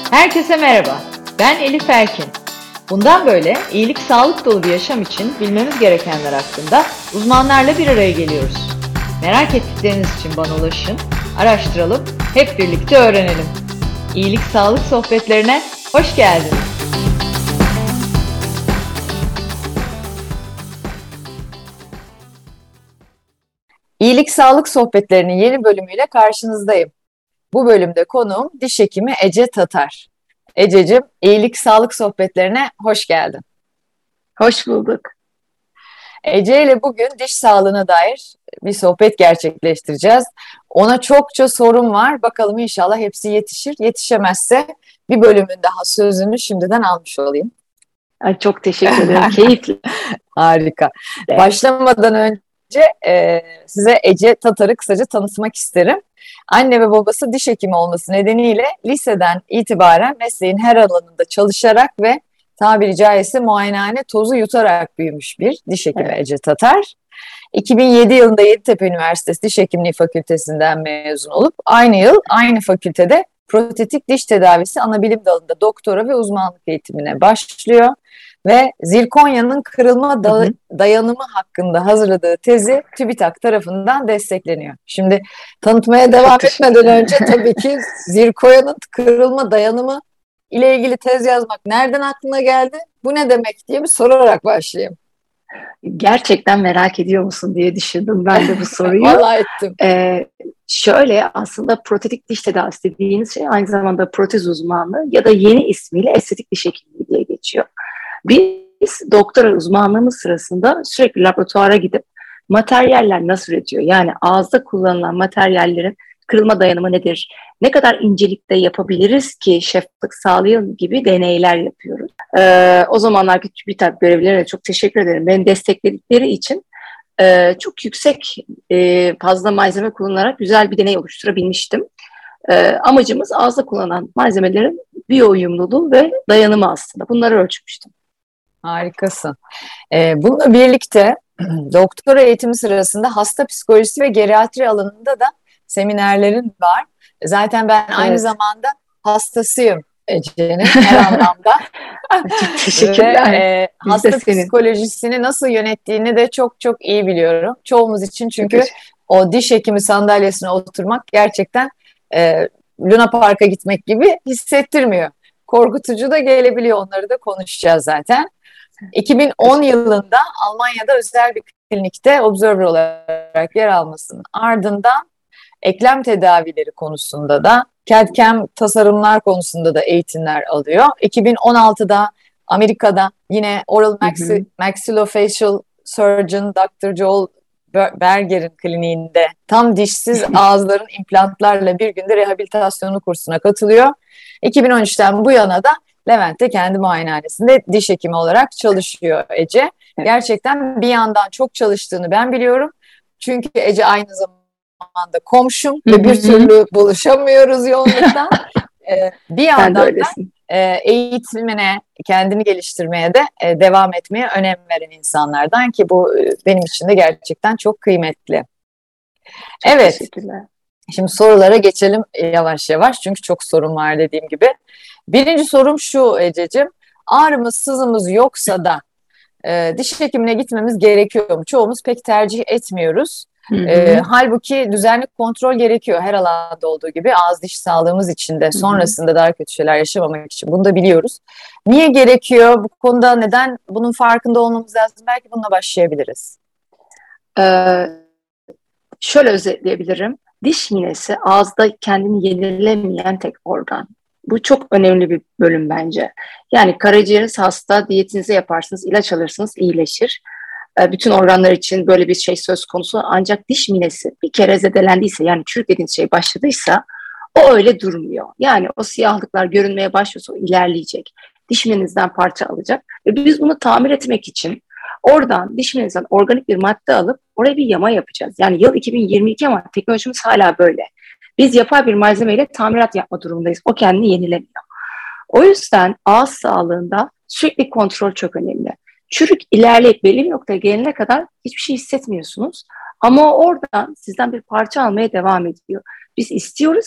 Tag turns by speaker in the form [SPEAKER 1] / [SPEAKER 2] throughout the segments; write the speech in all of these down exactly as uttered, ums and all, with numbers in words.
[SPEAKER 1] Herkese merhaba, ben Elif Erkin. Bundan böyle iyilik, sağlık dolu bir yaşam için bilmemiz gerekenler hakkında uzmanlarla bir araya geliyoruz. Merak ettikleriniz için bana ulaşın, araştıralım, hep birlikte öğrenelim. İyilik, sağlık sohbetlerine hoş geldiniz. İyilik Sağlık Sohbetlerinin yeni bölümüyle karşınızdayım. Bu bölümde konuğum diş hekimi Ece Tatar. Ececiğim, İyilik Sağlık Sohbetlerine hoş geldin.
[SPEAKER 2] Hoş bulduk.
[SPEAKER 1] Ece ile bugün diş sağlığına dair bir sohbet gerçekleştireceğiz. Ona çokça sorum var. Bakalım inşallah hepsi yetişir. Yetişemezse bir bölümün daha sözünü şimdiden almış olayım.
[SPEAKER 2] Ay, çok teşekkür ederim. Keyifli.
[SPEAKER 1] Harika.
[SPEAKER 2] Evet.
[SPEAKER 1] Başlamadan önce e, size Ece Tatar'ı kısaca tanıtmak isterim. Anne ve babası diş hekimi olması nedeniyle liseden itibaren mesleğin her alanında çalışarak ve tabiri caizse muayenehane tozu yutarak büyümüş bir diş hekimi
[SPEAKER 2] Evet.
[SPEAKER 1] Ece Tatar. iki bin yedi yılında Yeditepe Üniversitesi Diş Hekimliği Fakültesinden mezun olup aynı yıl aynı fakültede protetik diş tedavisi anabilim dalında doktora ve uzmanlık eğitimine başlıyor. Ve zirkonya'nın kırılma da-
[SPEAKER 2] Hı hı.
[SPEAKER 1] dayanımı hakkında hazırladığı tezi TÜBİTAK tarafından destekleniyor. Şimdi tanıtmaya devam
[SPEAKER 2] teşekkür
[SPEAKER 1] etmeden
[SPEAKER 2] ederim.
[SPEAKER 1] önce tabii ki zirkonya'nın kırılma dayanımı ile ilgili tez yazmak nereden aklına geldi? Bu ne demek diye bir sorarak başlayayım.
[SPEAKER 2] Gerçekten merak ediyor musun diye düşündüm ben de bu soruyu.
[SPEAKER 1] Vallahi ettim.
[SPEAKER 2] Ee, şöyle aslında protetik diş tedavisi dediğiniz şey aynı zamanda protez uzmanlığı ya da yeni ismiyle estetik diş hekimliği diye geçiyor. Biz doktora uzmanlığımız sırasında sürekli laboratuvara gidip materyaller nasıl üretiyor? Yani ağızda kullanılan materyallerin kırılma dayanımı nedir? Ne kadar incelikte yapabiliriz ki şeffaflık sağlayalım gibi deneyler yapıyoruz. Ee, o zamanlarki TÜBİTAK görevlilerine çok teşekkür ederim. Beni destekledikleri için e, çok yüksek e, fazla malzeme kullanarak güzel bir deney oluşturabilmiştim. E, amacımız ağızda kullanılan malzemelerin biyo uyumluluğu ve dayanımı aslında. Bunları ölçmüştüm.
[SPEAKER 1] Harikasın. Ee, bununla birlikte doktora eğitimi sırasında hasta psikolojisi ve geriatri alanında da seminerlerin var. Zaten ben aynı
[SPEAKER 2] Evet.
[SPEAKER 1] zamanda hastasıyım Ece'nin her anlamda.
[SPEAKER 2] Çok
[SPEAKER 1] Ve
[SPEAKER 2] teşekkürler.
[SPEAKER 1] e,
[SPEAKER 2] Biz de
[SPEAKER 1] hasta
[SPEAKER 2] senin.
[SPEAKER 1] psikolojisini nasıl yönettiğini de çok çok iyi biliyorum. Çoğumuz için
[SPEAKER 2] Çok
[SPEAKER 1] çünkü
[SPEAKER 2] teşekkür.
[SPEAKER 1] o diş hekimi sandalyesine oturmak gerçekten e, Luna Park'a gitmek gibi hissettirmiyor. Korkutucu da gelebiliyor. Onları da konuşacağız zaten. iki bin on yılında Almanya'da özel bir klinikte observer olarak yer almasının ardından eklem tedavileri konusunda da C A D/C A M tasarımlar konusunda da eğitimler alıyor. iki bin on altıda Amerika'da yine Oral
[SPEAKER 2] Hı
[SPEAKER 1] Maxi-
[SPEAKER 2] hı.
[SPEAKER 1] Maxillofacial Surgeon doktor Joel Berger'in kliniğinde tam dişsiz ağızların implantlarla bir günde rehabilitasyonu kursuna katılıyor. iki bin on üçten bu yana da Levent'te kendi muayenehanesinde diş hekimi olarak çalışıyor Ece.
[SPEAKER 2] Evet.
[SPEAKER 1] Gerçekten bir yandan çok çalıştığını ben biliyorum. Çünkü Ece aynı zamanda komşum
[SPEAKER 2] Hı
[SPEAKER 1] ve bir
[SPEAKER 2] hı.
[SPEAKER 1] türlü buluşamıyoruz yoğunluktan. Ee, bir
[SPEAKER 2] Sen de
[SPEAKER 1] yandan da
[SPEAKER 2] öylesin.
[SPEAKER 1] e, eğitimine, kendini geliştirmeye de e, devam etmeye önem veren insanlardan ki bu e, benim için de gerçekten çok kıymetli.
[SPEAKER 2] Çok
[SPEAKER 1] Evet,
[SPEAKER 2] teşekkürler.
[SPEAKER 1] şimdi sorulara geçelim yavaş yavaş çünkü çok sorum var dediğim gibi. Birinci sorum şu Ececiğim, ağrımız sızımız yoksa da e, diş hekimine gitmemiz gerekiyor mu? Çoğumuz pek tercih etmiyoruz.
[SPEAKER 2] Hı
[SPEAKER 1] E,
[SPEAKER 2] hı.
[SPEAKER 1] halbuki düzenli kontrol gerekiyor her alanda olduğu gibi ağız diş sağlığımız için de
[SPEAKER 2] Hı hı.
[SPEAKER 1] sonrasında daha kötü şeyler yaşamamak için bunu da biliyoruz. Niye gerekiyor? Bu konuda neden bunun farkında olmamız lazım? Belki bununla başlayabiliriz.
[SPEAKER 2] Ee, şöyle özetleyebilirim. Diş minesi ağızda kendini yenilemeyen tek organ. Bu çok önemli bir bölüm bence. Yani karaciğeriniz hasta, diyetinizi yaparsınız, ilaç alırsınız, iyileşir. Ee, bütün organlar için böyle bir şey söz konusu. Ancak diş minesi bir kere zedelendiyse, yani çürük dediğiniz şey başladıysa o öyle durmuyor. Yani o siyahlıklar görünmeye başlıyorsa o ilerleyecek. Diş minenizden parça alacak. Ve biz bunu tamir etmek için oradan diş minenizden organik bir madde alıp oraya bir yama yapacağız. Yani yıl iki bin yirmi iki ama teknolojimiz hala böyle. Biz yapay bir malzemeyle tamirat yapma durumundayız. O kendini yenilemiyor. O yüzden ağız sağlığında sürekli kontrol çok önemli. Çürük ilerleyip belli bir noktaya gelene kadar hiçbir şey hissetmiyorsunuz. Ama oradan sizden bir parça almaya devam ediyor. Biz istiyoruz ki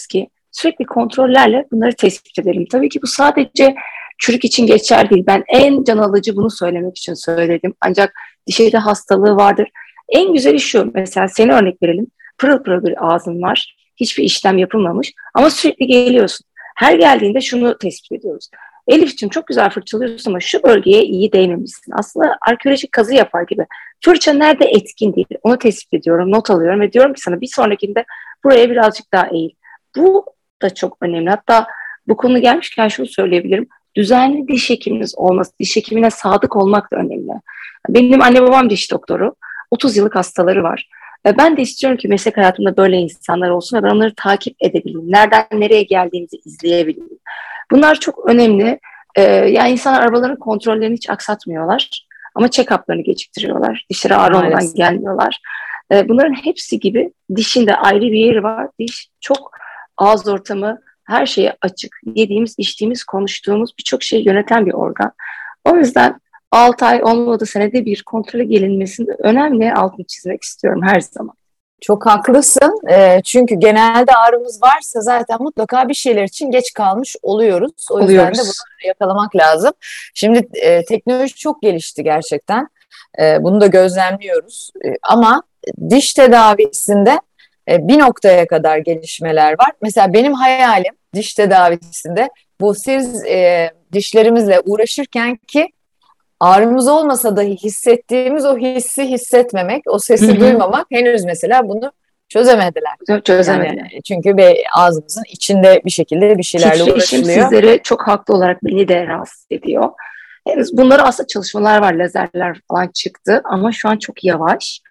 [SPEAKER 2] Sürekli kontrollerle bunları tespit edelim. Tabii ki bu sadece çürük için geçerli değil. Ben en can alıcı bunu söylemek için söyledim. Ancak dişide hastalığı vardır. En güzeli şu, mesela seni örnek verelim. Pırıl pırıl bir ağzın var. Hiçbir işlem yapılmamış ama sürekli geliyorsun. Her geldiğinde şunu tespit ediyoruz. Elif'ciğim çok güzel fırçalıyorsun ama şu bölgeye iyi değmemişsin. Aslında arkeolojik kazı yapar gibi. Fırça nerede etkin değil? Onu tespit ediyorum, not alıyorum ve diyorum ki sana bir sonrakinde buraya birazcık daha eğil. Bu da çok önemli. Hatta bu konu gelmişken şunu söyleyebilirim. Düzenli diş hekiminiz olması, diş hekimine sadık olmak da önemli. Benim anne babam diş doktoru. otuz yıllık hastaları var. Ben de istiyorum ki meslek hayatımda böyle insanlar olsun ve ben onları takip edebileyim. Nereden nereye geldiğimizi izleyebileyim. Bunlar çok önemli. Ee, yani insanlar arabaların kontrollerini hiç aksatmıyorlar. Ama check-up'larını geciktiriyorlar. Dişleri ağrımadan gelmiyorlar. Ee, bunların hepsi gibi dişin de ayrı bir yeri var. Diş çok ağız ortamı, her şeye açık. Yediğimiz, içtiğimiz, konuştuğumuz birçok şeyi yöneten bir organ. O yüzden altı ay olmadı senede bir kontrole gelinmesinde önemli, altını çizmek istiyorum her zaman.
[SPEAKER 1] Çok haklısın. E, çünkü genelde ağrımız varsa zaten mutlaka bir şeyler için geç kalmış oluyoruz. O yüzden
[SPEAKER 2] Oluyoruz.
[SPEAKER 1] de bunu yakalamak lazım. Şimdi e, teknoloji çok gelişti gerçekten. E, bunu da gözlemliyoruz. E, ama diş tedavisinde e, bir noktaya kadar gelişmeler var. Mesela benim hayalim diş tedavisinde bu siz e, dişlerimizle uğraşırken ki ağrımız olmasa dahi hissettiğimiz o hissi hissetmemek, o sesi
[SPEAKER 2] Hı hı.
[SPEAKER 1] duymamak, henüz mesela bunu çözemediler.
[SPEAKER 2] Çözemediler.
[SPEAKER 1] Yani çünkü be, ağzımızın içinde bir şekilde bir şeylerle
[SPEAKER 2] Titreşim
[SPEAKER 1] uğraşılıyor.
[SPEAKER 2] sizleri çok haklı olarak beni de rahatsız ediyor. Henüz bunları aslında çalışmalar var, lazerler falan çıktı ama şu an çok yavaş.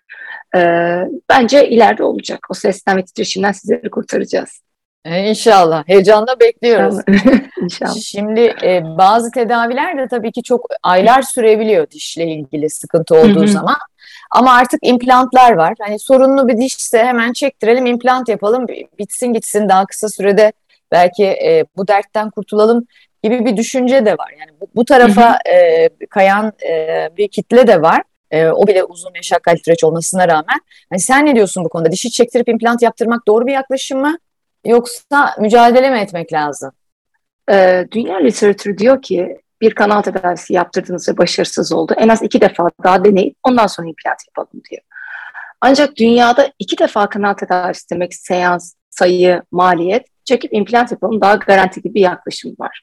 [SPEAKER 2] Ee, bence ileride olacak. O sesten ve titreşimden sizleri kurtaracağız.
[SPEAKER 1] Ee, İnşallah. Heyecanla bekliyoruz.
[SPEAKER 2] İnşallah. İnşallah.
[SPEAKER 1] Şimdi e, bazı tedaviler de tabii ki çok aylar sürebiliyor dişle ilgili sıkıntı olduğu
[SPEAKER 2] Hı hı.
[SPEAKER 1] zaman. Ama artık implantlar var. Hani sorunlu bir dişse hemen çektirelim, implant yapalım, bitsin gitsin, daha kısa sürede belki e, bu dertten kurtulalım gibi bir düşünce de var. Yani bu, bu tarafa e, kayan e, bir kitle de var. E, o bile uzun meşakkatli süreç olmasına rağmen. Hani sen ne diyorsun bu konuda? Dişi çektirip implant yaptırmak doğru bir yaklaşım mı? Yoksa mücadele mi etmek lazım?
[SPEAKER 2] Ee, dünya literatürü diyor ki bir kanal tedavisi yaptırdınız ve başarısız oldu. En az iki defa daha deneyip ondan sonra implant yapalım diyor. Ancak dünyada iki defa kanal tedavisi demek seans, sayı, maliyet, çekip implant yapalım daha garantili bir yaklaşım var.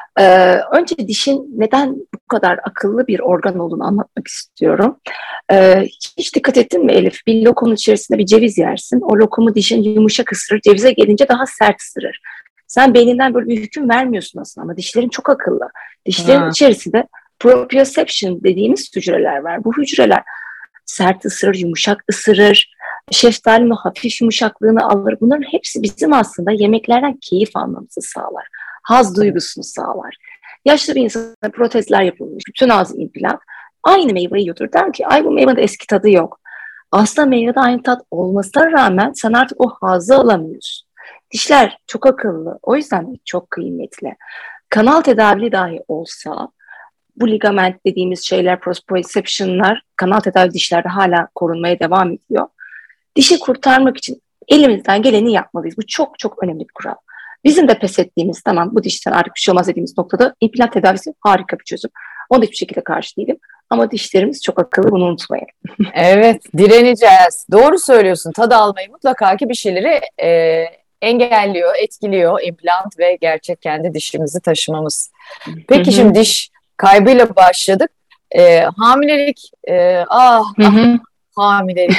[SPEAKER 2] Ee, önce dişin neden bu kadar akıllı bir organ olduğunu anlatmak istiyorum. Ee, hiç dikkat ettin mi Elif? Bir lokumun içerisinde bir ceviz yersin. O lokumu dişin yumuşak ısırır. Cevize gelince daha sert ısırır. Sen beyninden böyle bir hüküm vermiyorsun aslında ama dişlerin çok akıllı. Dişlerin
[SPEAKER 1] Ha.
[SPEAKER 2] içerisinde proprioception dediğimiz hücreler var. Bu hücreler sert ısırır, yumuşak ısırır, şeftalinin o hafif yumuşaklığını alır. Bunların hepsi bizim aslında yemeklerden keyif almamızı sağlar. Haz duygusunu sağlar. Yaşlı bir insana protezler yapılmış, bütün ağzı implant. Aynı meyveyi yiyordur. Der ki ay bu meyvenin eski tadı yok. Aslında meyvede aynı tat olmasına rağmen sen artık o hazzı alamıyorsun. Dişler çok akıllı. O yüzden çok kıymetli. Kanal tedavili dahi olsa bu ligament dediğimiz şeyler, proprioception'lar kanal tedavi dişlerde hala korunmaya devam ediyor. Dişi kurtarmak için elimizden geleni yapmalıyız. Bu çok çok önemli bir kural. Bizim de pes ettiğimiz, tamam bu dişten artık bir şey olmaz dediğimiz noktada implant tedavisi harika bir çözüm. Ona hiçbir şekilde karşı değilim. Ama dişlerimiz çok akıllı, bunu unutmayın.
[SPEAKER 1] Evet, direneceğiz. Doğru söylüyorsun. Tad almayı mutlaka ki bir şeyleri e, engelliyor, etkiliyor implant ve gerçek kendi dişimizi taşımamız. Peki şimdi diş kaybıyla başladık. E, hamilelik, e, ah, ah hamilelik.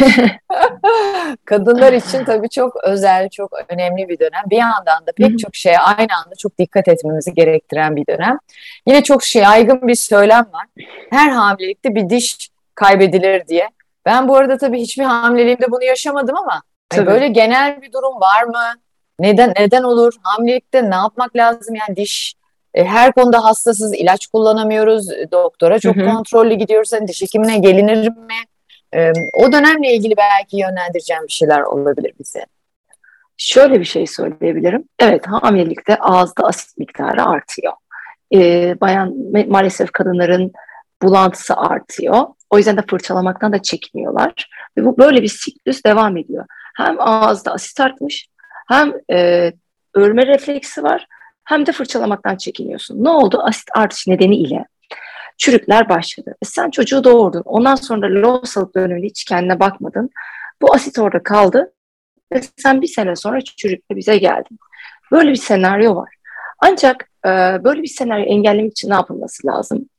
[SPEAKER 1] Kadınlar için tabii çok özel, çok önemli bir dönem. Bir yandan da pek çok şeye aynı anda çok dikkat etmemizi gerektiren bir dönem. Yine çok şey, yaygın bir söylem var. Her hamilelikte bir diş kaybedilir diye. Ben bu arada tabii hiçbir hamileliğimde bunu yaşamadım ama hani böyle genel bir durum var mı? Neden neden olur? Hamilelikte ne yapmak lazım? Yani diş e, her konuda hassasız, ilaç kullanamıyoruz. Doktora çok hı hı. kontrollü gidiyoruz. Hani diş hekimine gelinir mi? E, o dönemle ilgili belki yönlendireceğim bir şeyler olabilir bize.
[SPEAKER 2] Şöyle bir şey söyleyebilirim. Evet, hamilelikte ağızda asit miktarı artıyor. E, bayan maalesef kadınların bulantısı artıyor. O yüzden de fırçalamaktan da çekiniyorlar. Ve bu böyle bir siklüs devam ediyor. Hem ağızda asit artmış, hem e, örme refleksi var hem de fırçalamaktan çekiniyorsun. Ne oldu? Asit artış nedeniyle çürükler başladı. E sen çocuğu doğurdun. Ondan sonra lohusalık döneminde hiç kendine bakmadın. Bu asit orada kaldı ve sen bir sene sonra çürükle bize geldin. Böyle bir senaryo var. Ancak e, böyle bir senaryo engellemek için ne yapılması lazım?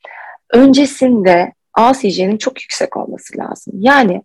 [SPEAKER 2] Öncesinde ağız hijyeninin çok yüksek olması lazım. Yani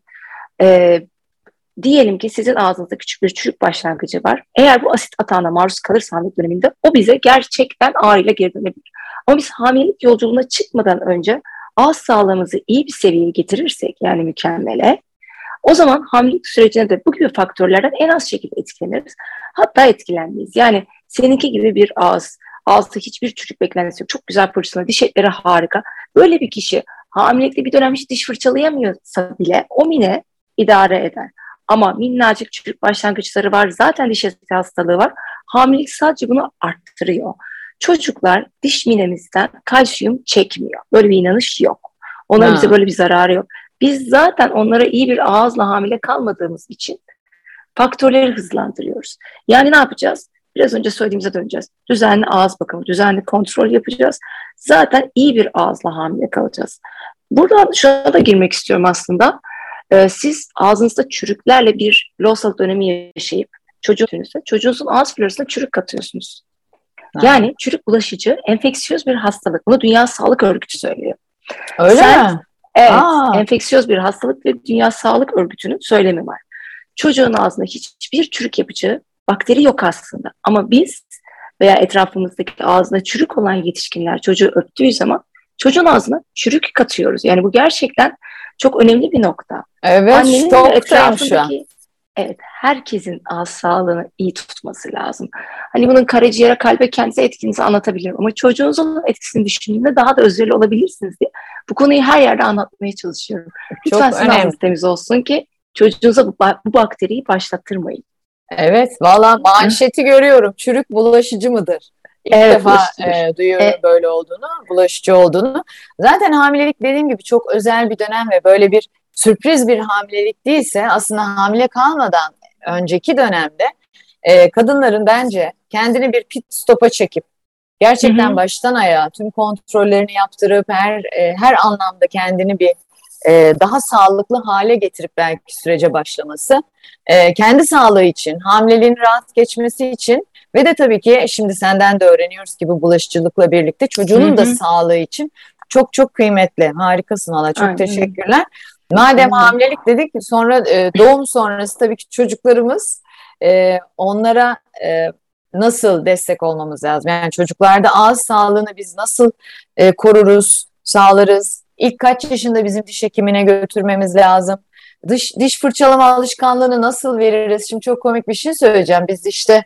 [SPEAKER 2] e, diyelim ki sizin ağzınızda küçük bir çürük başlangıcı var. Eğer bu asit atağına maruz kalırsa hamilelik döneminde o bize gerçekten ağrıyla geri dönebilir. Ama biz hamilelik yolculuğuna çıkmadan önce ağız sağlığımızı iyi bir seviyeye getirirsek, yani mükemmele, o zaman hamilelik sürecinde de bu gibi faktörlerden en az şekilde etkileniriz. Hatta etkilenmeyiz. Yani seninki gibi bir ağız, ağızda hiçbir çürük beklentisi yok. Çok güzel fırçalanıyor, diş etleri harika. Böyle bir kişi hamilelikte bir dönem hiç diş fırçalayamıyorsa bile o mine idare eder. Ama minnacık çürük başlangıçları var. Zaten diş eti hastalığı var. Hamilelik sadece bunu arttırıyor. Çocuklar diş minemizden kalsiyum çekmiyor. Böyle bir inanış yok. Ona bize böyle bir zararı yok. Biz zaten onlara iyi bir ağızla hamile kalmadığımız için faktörleri hızlandırıyoruz. Yani ne yapacağız? Biraz önce söylediğimize döneceğiz. Düzenli ağız bakımı, düzenli kontrol yapacağız. Zaten iyi bir ağızla hamile kalacağız. Buradan şuna da girmek istiyorum aslında. Ee, siz ağzınızda çürüklerle bir lohusalık dönemi yaşayıp çocuğunuzda, çocuğunuzun ağız florasına çürük katıyorsunuz. Ha. Yani çürük bulaşıcı, enfeksiyöz bir hastalık. Bunu Dünya Sağlık Örgütü söylüyor.
[SPEAKER 1] Öyle Sen, mi?
[SPEAKER 2] Evet, Aa. enfeksiyöz bir hastalık ve Dünya Sağlık Örgütü'nün söylemi var. Çocuğun ağzında hiçbir çürük yapıcı bakteri yok aslında. Ama biz veya etrafımızdaki ağzında çürük olan yetişkinler çocuğu öptüğü zaman çocuğun ağzına çürük katıyoruz. Yani bu gerçekten çok önemli bir nokta.
[SPEAKER 1] Evet,
[SPEAKER 2] annenin ve etrafındaki evet, herkesin ağız sağlığını iyi tutması lazım. Hani bunun karaciğere, kalbe, kendisi etkinizi anlatabilirim. Ama çocuğunuzun etkisini düşündüğünde daha da özverili olabilirsiniz diye bu konuyu her yerde anlatmaya çalışıyorum. Lütfen sizin ağzınız temiz olsun ki çocuğunuza bu, bu bakteriyi başlattırmayın.
[SPEAKER 1] Evet, valla manşeti Hı? görüyorum. Çürük bulaşıcı mıdır? İlk evet, defa e, duyuyorum evet. böyle olduğunu, bulaşıcı olduğunu. Zaten hamilelik dediğim gibi çok özel bir dönem ve böyle bir sürpriz bir hamilelik değilse aslında hamile kalmadan önceki dönemde e, kadınların bence kendini bir pit stop'a çekip gerçekten hı hı. baştan ayağa tüm kontrollerini yaptırıp her e, her anlamda kendini bir e, daha sağlıklı hale getirip belki sürece başlaması, e, kendi sağlığı için, hamileliğin rahat geçmesi için ve de tabii ki şimdi senden de öğreniyoruz ki bu bulaşıcılıkla birlikte çocuğunun hı hı. da sağlığı için çok çok kıymetli. Harikasın valla, çok Aynen. teşekkürler. Madem hamilelik dedik, sonra e, doğum sonrası tabii ki çocuklarımız, e, onlara e, nasıl destek olmamız lazım? Yani çocuklarda ağız sağlığını biz nasıl e, koruruz, sağlarız? İlk kaç yaşında bizim diş hekimine götürmemiz lazım? Diş, diş fırçalama alışkanlığını nasıl veririz? Şimdi çok komik bir şey söyleyeceğim. Biz işte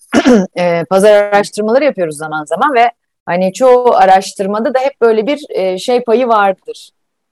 [SPEAKER 1] e, pazar araştırmaları yapıyoruz zaman zaman ve hani çoğu araştırmada da hep böyle bir e, şey payı vardır.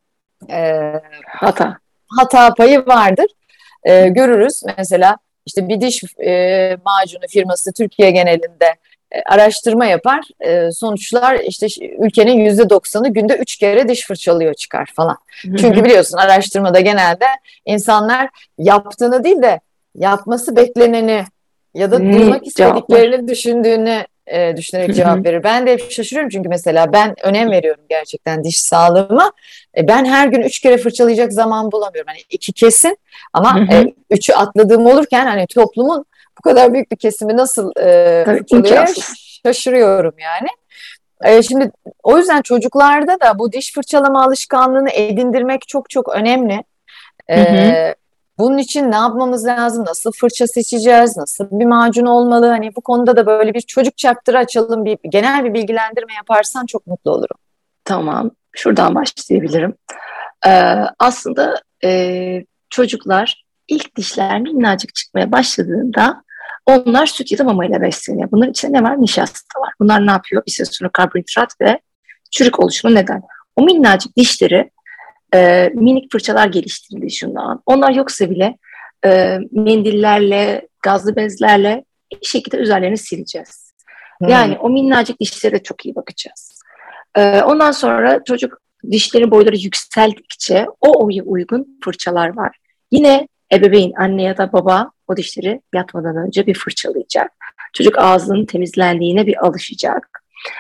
[SPEAKER 1] E,
[SPEAKER 2] hata.
[SPEAKER 1] Hata payı vardır. E, görürüz mesela işte bir diş e, macunu firması Türkiye genelinde e, araştırma yapar. E, sonuçlar işte ülkenin yüzde doksanı günde üç kere diş fırçalıyor çıkar falan. Hı hı. Çünkü biliyorsun araştırmada genelde insanlar yaptığını değil de yapması bekleneni ya da duymak istediklerini düşündüğünü e, düşünerek cevap verir. Ben de hep şaşırıyorum çünkü mesela ben önem veriyorum gerçekten diş sağlığıma. E, ben her gün üç kere fırçalayacak zaman bulamıyorum. Hani iki kesin ama e, üçü atladığım olurken hani toplumun bu kadar büyük bir kesimi nasıl e, fırçalıyor şaşırıyorum yani. E, şimdi o yüzden çocuklarda da bu diş fırçalama alışkanlığını edindirmek çok çok önemli. E, hı hı. Bunun için ne yapmamız lazım? Nasıl fırça seçeceğiz? Nasıl bir macun olmalı? Hani bu konuda da böyle bir çocuk chapter'ı açalım. Bir genel bir bilgilendirme yaparsan çok mutlu olurum.
[SPEAKER 2] Tamam. Şuradan başlayabilirim. Ee, aslında e, çocuklar ilk dişler minnacık çıkmaya başladığında onlar süt ya da mamayla besleniyor. Bunların içinde ne var? Nişasta var. Bunlar ne yapıyor? Bir süre sonra karbonhidrat ve çürük oluşumu neden? O minnacık dişleri E, minik fırçalar geliştirildi şundan. Onlar yoksa bile e, mendillerle, gazlı bezlerle bir şekilde üzerlerini sileceğiz. Hmm. Yani o minnacık dişlere çok iyi bakacağız. E, ondan sonra çocuk dişlerin boyları yükseldikçe o oya uygun fırçalar var. Yine ebeveyn, anne ya da baba o dişleri yatmadan önce bir fırçalayacak. Çocuk ağzının temizlendiğine bir alışacak.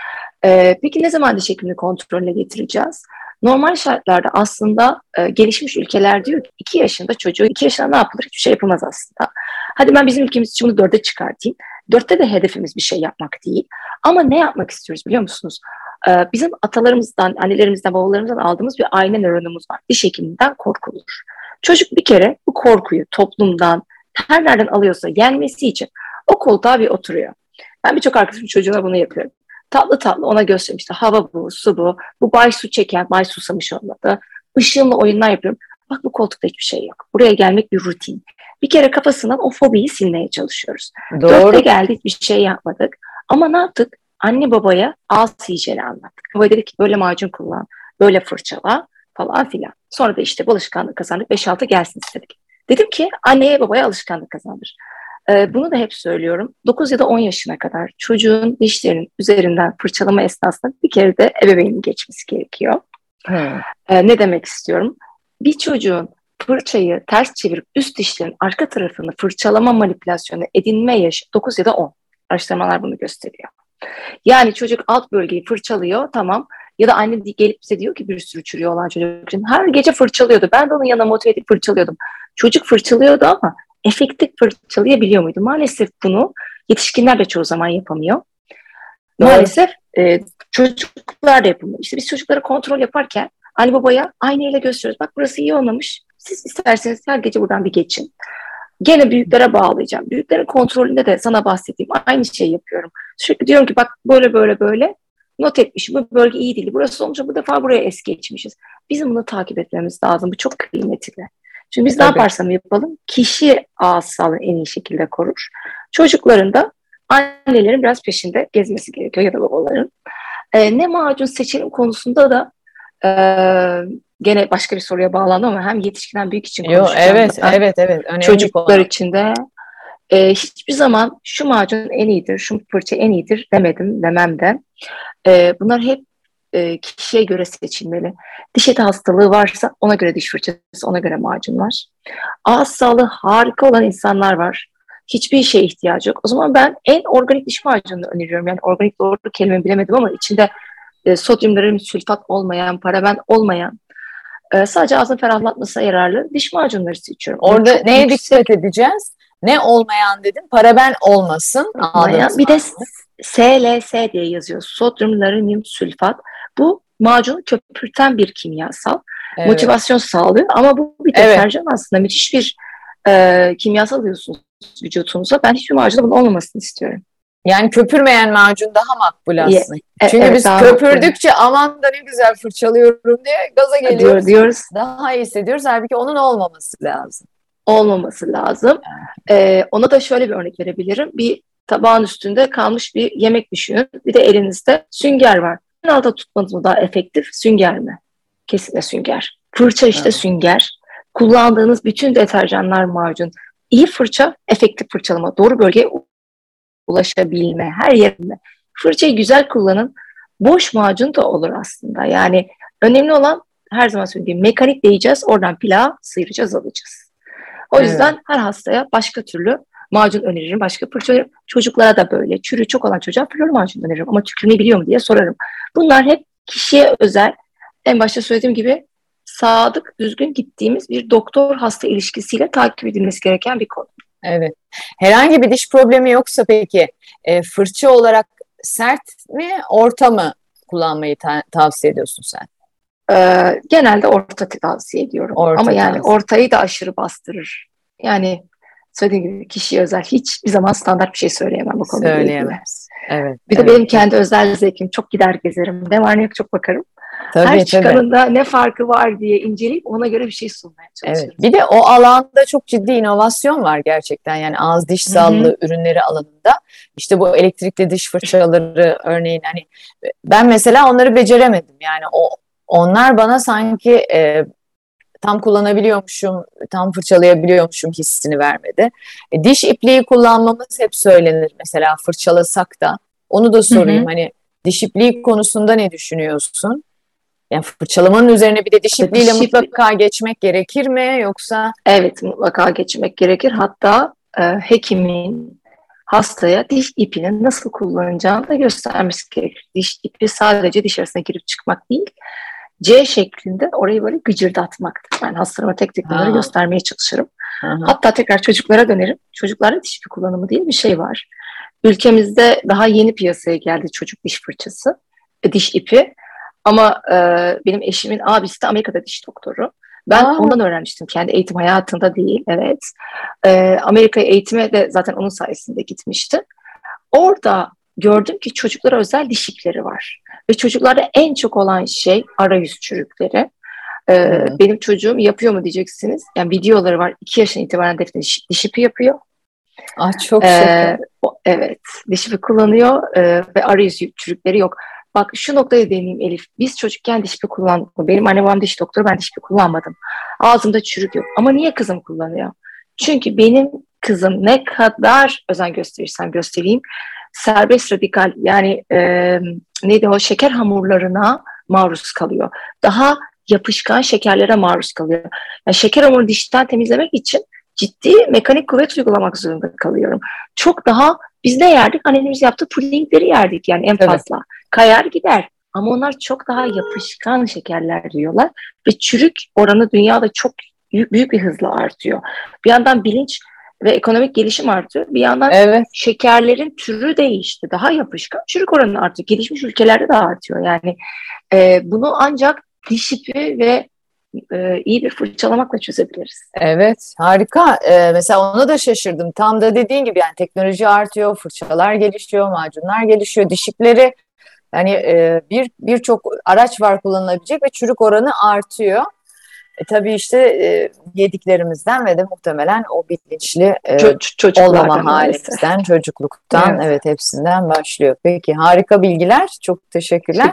[SPEAKER 2] Ee, peki ne zaman diş hekimliği kontrolüne getireceğiz? Normal şartlarda aslında e, gelişmiş ülkeler diyor ki iki yaşında çocuğu, iki yaşında ne yapılır? Hiçbir şey yapılmaz aslında. Hadi ben bizim ülkemiz için bunu dörde çıkartayım. Dörtte de hedefimiz bir şey yapmak değil. Ama ne yapmak istiyoruz biliyor musunuz? Ee, bizim atalarımızdan, annelerimizden, babalarımızdan aldığımız bir aile nöronumuz var. Diş hekiminden korkulur. Çocuk bir kere bu korkuyu toplumdan, her nereden alıyorsa yenmesi için o koltuğa bir oturuyor. Ben birçok arkadaşım çocuğuna bunu yapıyorum. Tatlı tatlı ona göstermişti. Hava bu, su bu. Bu bay su çeken, bay susamış olmadı. Işığımla oyunlar yapıyorum. Bak bu koltukta hiçbir şey yok. Buraya gelmek bir rutin. Bir kere kafasından o fobiyi silmeye çalışıyoruz.
[SPEAKER 1] Doğru.
[SPEAKER 2] Dörtte geldik, bir şey yapmadık. Ama ne yaptık? Anne babaya ağız hijyeni anlattık. Baba dedi ki böyle macun kullan, böyle fırçala falan filan. Sonra da işte bu alışkanlık kazandık. beş altı gelsin istedik. Dedim ki anneye babaya alışkanlık kazandır. Ee, bunu da hep söylüyorum. dokuz ya da on yaşına kadar çocuğun dişlerinin üzerinden fırçalama esnasında bir kere de ebeveynin geçmesi gerekiyor. Hmm. Ee, ne demek istiyorum? Bir çocuğun fırçayı ters çevirip üst dişlerin arka tarafını fırçalama manipülasyonu edinme yaşı dokuz ya da on. Araştırmalar bunu gösteriyor. Yani çocuk alt bölgeyi fırçalıyor, tamam. Ya da anne gelip bize diyor ki bir sürü çürüyor olan çocuk için. Her gece fırçalıyordu. Ben de onun yanına motive edip fırçalıyordum. Çocuk fırçalıyordu ama efektif fırçalayabiliyor muydu? Maalesef bunu yetişkinler de çoğu zaman yapamıyor. Maalesef e, çocuklar da yapamıyor. İşte biz çocuklara kontrol yaparken anne babaya aynayla gösteriyoruz. Bak burası iyi olmamış. Siz isterseniz her gece buradan bir geçin. Gene büyüklere bağlayacağım. Büyüklerin kontrolünde de sana bahsettiğim aynı şeyi yapıyorum. Sürekli diyorum ki bak böyle böyle böyle not etmişim. Bu bölge iyi değil. Burası olunca bu defa buraya es geçmişiz. Bizim bunu takip etmemiz lazım. Bu çok kıymetli. Çünkü biz Tabii. ne yaparsam yapalım kişi ağız sağlığını en iyi şekilde korur. Çocukların da annelerin biraz peşinde gezmesi gerekiyor ya da babaların. Ee, ne macun seçelim konusunda da e, gene başka bir soruya bağlandım ama hem yetişkin hem büyük için konuşacağım.
[SPEAKER 1] Yo, evet, evet, evet. Önemli
[SPEAKER 2] çocuklar için de e, hiçbir zaman şu macun en iyidir, şu fırça en iyidir demedim, demem de. E, bunlar hep e, kişiye göre seçilmeli. Diş eti hastalığı varsa ona göre diş fırçası, ona göre macun var. Ağız sağlığı harika olan insanlar var. Hiçbir şeye ihtiyacı yok. O zaman ben en organik diş macununu öneriyorum. Yani organik doğru kelimeyi bilemedim ama içinde e, sodyumların sülfat olmayan, paraben olmayan, e, sadece ağzın ferahlatmasına yararlı diş macunları seçiyorum.
[SPEAKER 1] Orada çok neye yüksek... dikkat edeceğiz? Ne olmayan dedim? Paraben olmasın.
[SPEAKER 2] Olmayan. Bir de S L S diye yazıyor. Sodyum larenyum sülfat. Bu macunu köpürten bir kimyasal. Evet. Motivasyon sağlıyor ama bu bir deterjan evet. aslında. Müthiş bir e, kimyasal alıyorsunuz vücutunuza. Ben hiçbir macunda bunun olmamasını istiyorum.
[SPEAKER 1] Yani köpürmeyen macun daha makbul aslında.
[SPEAKER 2] E,
[SPEAKER 1] Çünkü
[SPEAKER 2] evet,
[SPEAKER 1] biz köpürdükçe makbul. Aman da ne güzel fırçalıyorum diye gaza geliyoruz.
[SPEAKER 2] Diyoruz.
[SPEAKER 1] Daha iyi hissediyoruz. Halbuki onun olmaması lazım.
[SPEAKER 2] Olmaması lazım. Ee, ona da şöyle bir örnek verebilirim. Bir tabağın üstünde kalmış bir yemek düşünün. Bir de elinizde sünger var. En alta tutmanız mı daha efektif? Sünger mi? Kesinlikle sünger. Fırça işte evet. sünger. Kullandığınız bütün deterjanlar macun. İyi fırça, efektif fırçalama. Doğru bölgeye ulaşabilme. Her yerinde. Fırçayı güzel kullanın. Boş macun da olur aslında. Yani önemli olan her zaman söylediğim mekanik değeceğiz. Oradan plağı sıyıracağız, alacağız. O evet. yüzden her hastaya başka türlü macun öneririm, başka fırça öneririm. Çocuklara da böyle. Çürüğü çok olan çocuğa flor macun öneririm ama tükürmeyi biliyor mu diye sorarım. Bunlar hep kişiye özel. En başta söylediğim gibi sadık, düzgün gittiğimiz bir doktor-hasta ilişkisiyle takip edilmesi gereken bir konu.
[SPEAKER 1] Evet. Herhangi bir diş problemi yoksa peki e, fırça olarak sert mi, orta mı kullanmayı ta- tavsiye ediyorsun sen?
[SPEAKER 2] Ee, genelde orta tavsiye ediyorum. Orta ama yani tavsiye. Ortayı da aşırı bastırır. Yani söylediğim gibi kişiye özel hiçbir zaman standart bir şey söyleyemem bu konuyla ilgili.
[SPEAKER 1] Söyleyemez. Evet.
[SPEAKER 2] Bir
[SPEAKER 1] evet.
[SPEAKER 2] de benim kendi özel zevkim, çok gider gezerim. Ne var ne yok çok bakarım. Tabii, her çıkanında tabii. ne farkı var diye inceleyip ona göre bir şey sunmaya çalışıyorum.
[SPEAKER 1] Evet. Bir de o alanda çok ciddi inovasyon var gerçekten. Yani ağız diş sağlığı Hı-hı. ürünleri alanında. İşte bu elektrikli diş fırçaları örneğin hani ben mesela onları beceremedim. Yani o onlar bana sanki e, tam kullanabiliyormuşum, tam fırçalayabiliyormuşum hissini vermedi. E, diş ipliği kullanmamız hep söylenir. Mesela fırçalasak da onu da sorayım. Hı-hı. Hani diş ipliği konusunda ne düşünüyorsun? Yani fırçalamanın üzerine bir de diş ipliğiyle diş mutlaka ipli... geçmek gerekir mi yoksa?
[SPEAKER 2] Evet, mutlaka geçmek gerekir. Hatta e, hekimin hastaya diş ipini nasıl kullanacağını da göstermesi gerekiyor. Diş ipi sadece diş arasına girip çıkmak değil, C şeklinde orayı böyle gıcırdatmaktır. Ben hastalarıma tek tek bunları
[SPEAKER 1] Ha.
[SPEAKER 2] göstermeye çalışırım.
[SPEAKER 1] Hı hı.
[SPEAKER 2] Hatta tekrar çocuklara dönerim. Çocuklarda diş ipi kullanımı diye bir şey var. Ülkemizde daha yeni piyasaya geldi çocuk diş fırçası, e, diş ipi. Ama e, benim eşimin abisi de Amerika'da diş doktoru. Ben
[SPEAKER 1] Aa.
[SPEAKER 2] ondan öğrenmiştim, kendi eğitim hayatında değil. Evet. E, Amerika'ya eğitime de zaten onun sayesinde gitmişti. Orada gördüm ki çocuklara özel diş ipleri var. Ve çocuklarda en çok olan şey arayüz çürükleri. Ee,
[SPEAKER 1] Hmm.
[SPEAKER 2] Benim çocuğum yapıyor mu diyeceksiniz. Yani videoları var. iki yaşından itibaren Defne diş, diş ipi yapıyor.
[SPEAKER 1] Ah, çok
[SPEAKER 2] Ee,
[SPEAKER 1] şeker.
[SPEAKER 2] o, evet. Diş ipi kullanıyor e, ve arayüz çürükleri yok. Bak şu noktaya değineyim Elif. Biz çocukken diş ipi kullandık mı? Benim annem babam diş doktoru, ben diş ipi kullanmadım. Ağzımda çürük yok. Ama niye kızım kullanıyor? Çünkü benim kızım ne kadar özen gösterirsem göstereyim, serbest radikal, yani e, neydi o, şeker hamurlarına maruz kalıyor. Daha yapışkan şekerlere maruz kalıyor. Yani şeker hamuru dişten temizlemek için ciddi mekanik kuvvet uygulamak zorunda kalıyorum. Çok daha, biz ne yerdik? Annemiz yaptığı pudingleri yerdik yani en fazla. Evet. Kayar gider. Ama onlar çok daha yapışkan şekerler diyorlar. Ve çürük oranı dünyada çok büyük bir hızla artıyor. Bir yandan bilinç ve ekonomik gelişim artıyor. Bir yandan evet, şekerlerin türü değişti. Daha yapışkan, çürük oranı artıyor. Gelişmiş ülkelerde de artıyor. Yani e, bunu ancak diş ipi ve e, iyi bir fırçalamakla çözebiliriz.
[SPEAKER 1] Evet, harika. Ee, mesela ona da şaşırdım. Tam da dediğin gibi, yani teknoloji artıyor, fırçalar gelişiyor, macunlar gelişiyor, diş ipleri. Yani e, bir birçok araç var kullanılabilecek ve çürük oranı artıyor. E, tabii işte e, yediklerimizden ve de muhtemelen o bilinçli e, Ço- olmama halimizden, maalesef, çocukluktan, evet. evet hepsinden başlıyor. Peki, harika bilgiler, çok teşekkürler.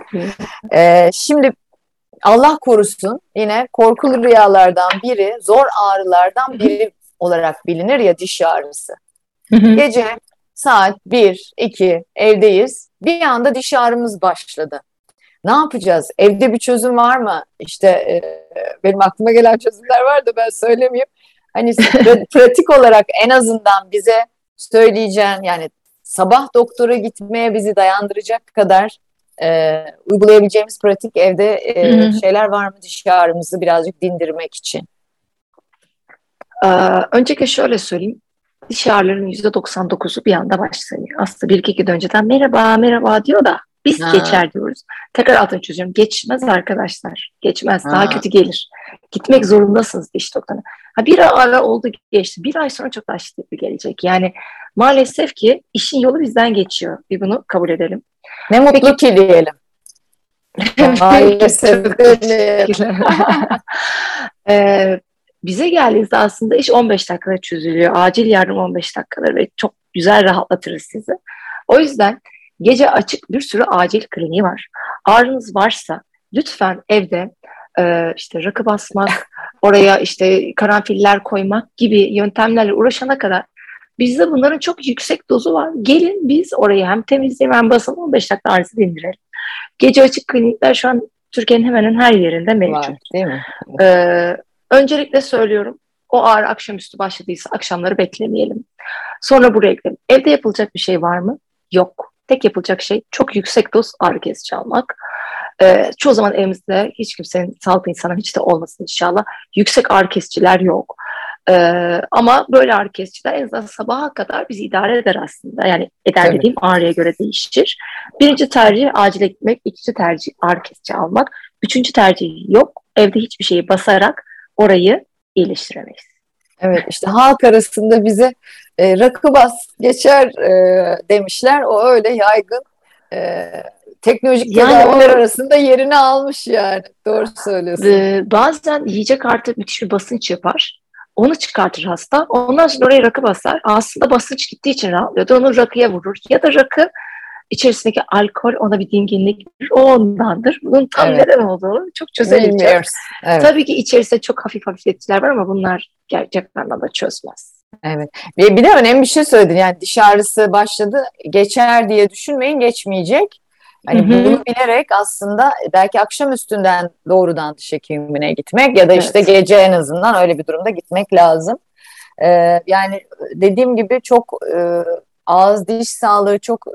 [SPEAKER 1] E, şimdi Allah korusun, yine korkulu rüyalardan biri, zor ağrılardan biri olarak bilinir ya diş ağrısı. Hı hı. Gece saat bir iki evdeyiz, bir anda diş ağrımız başladı. Ne yapacağız? Evde bir çözüm var mı? İşte e, benim aklıma gelen çözümler var da ben söylemeyeyim. Hani pratik olarak en azından bize söyleyeceğin, yani sabah doktora gitmeye bizi dayandıracak kadar e, uygulayabileceğimiz pratik evde e, şeyler var mı diş ağrımızı birazcık dindirmek için?
[SPEAKER 2] Ee, öncelikle şöyle söyleyeyim. Diş ağrılarının yüzde doksan dokuzu bir anda başlıyor. Aslında bir iki gün önceden merhaba merhaba diyor da biz ha. geçer diyoruz. Tekrar altını çözüyorum. Geçmez arkadaşlar. Geçmez. Ha. Daha kötü gelir. Gitmek zorundasınız diş doktoruna. Ha, bir ara oldu geçti. Bir ay sonra çok daha şiddetli gelecek. Yani maalesef ki işin yolu bizden geçiyor. Bir bunu kabul edelim.
[SPEAKER 1] Ne mutlu Peki, ki diyelim. Maalesef
[SPEAKER 2] diyelim. ee, bize geldiğinizde aslında iş on beş dakikada çözülüyor. Acil yardım on beş dakikadır ve çok güzel rahatlatırız sizi. O yüzden gece açık bir sürü acil kliniği var. Ağrınız varsa lütfen evde e, işte rakı basmak, oraya işte karanfiller koymak gibi yöntemlerle uğraşana kadar bizde bunların çok yüksek dozu var. Gelin biz orayı hem temizleyelim hem basalım, on beş dakika ağrısı dindirelim. Gece açık klinikler şu an Türkiye'nin hemen hemen her yerinde mevcut. Var, değil mi? Ee, öncelikle söylüyorum, o ağrı akşamüstü başladıysa akşamları beklemeyelim. Sonra buraya gidelim. Evde yapılacak bir şey var mı? Yok. Tek yapılacak şey çok yüksek doz ağrı kesici almak. Ee, çoğu zaman evimizde hiç kimsenin, sağlıklı insanın hiç de olmasın inşallah, yüksek ağrı kesiciler yok. Ee, ama böyle ağrı kesiciler en azından sabaha kadar bizi idare eder aslında. Yani eder Tabii. dediğim ağrıya göre değişir. Birinci tercih acile gitmek, ikinci tercih ağrı kesici almak. Üçüncü tercih yok. Evde hiçbir şeyi basarak orayı iyileştiremeyiz.
[SPEAKER 1] Evet, işte halk arasında bize e, rakı bas geçer e, demişler. O öyle yaygın. E, teknolojik yani tedaviler o, arasında yerini almış yani. Doğru söylüyorsun.
[SPEAKER 2] E, bazen yiyecek artı müthiş bir basınç yapar. Onu çıkartır hasta. Ondan sonra oraya rakı basar. Aslında basınç gittiği için rahatlıyordu. Onu rakıya vurur. Ya da rakı içerisindeki alkol ona bir dinginlik verir. O ondandır. Bunun tam evet. neden olduğunu çok çözemeyeceğiz. Evet. Tabii ki içerisinde çok hafif hafifleticiler var ama bunlar gerçek anlamda çözmez.
[SPEAKER 1] Evet. Bir, bir de önemli bir şey söyledin. Yani diş ağrısı başladı, geçer diye düşünmeyin, geçmeyecek. Hani hı hı. bunu bilerek aslında belki akşam üstünden doğrudan diş hekimine gitmek ya da işte evet. gece en azından öyle bir durumda gitmek lazım. E, yani dediğim gibi çok e, ağız diş sağlığı çok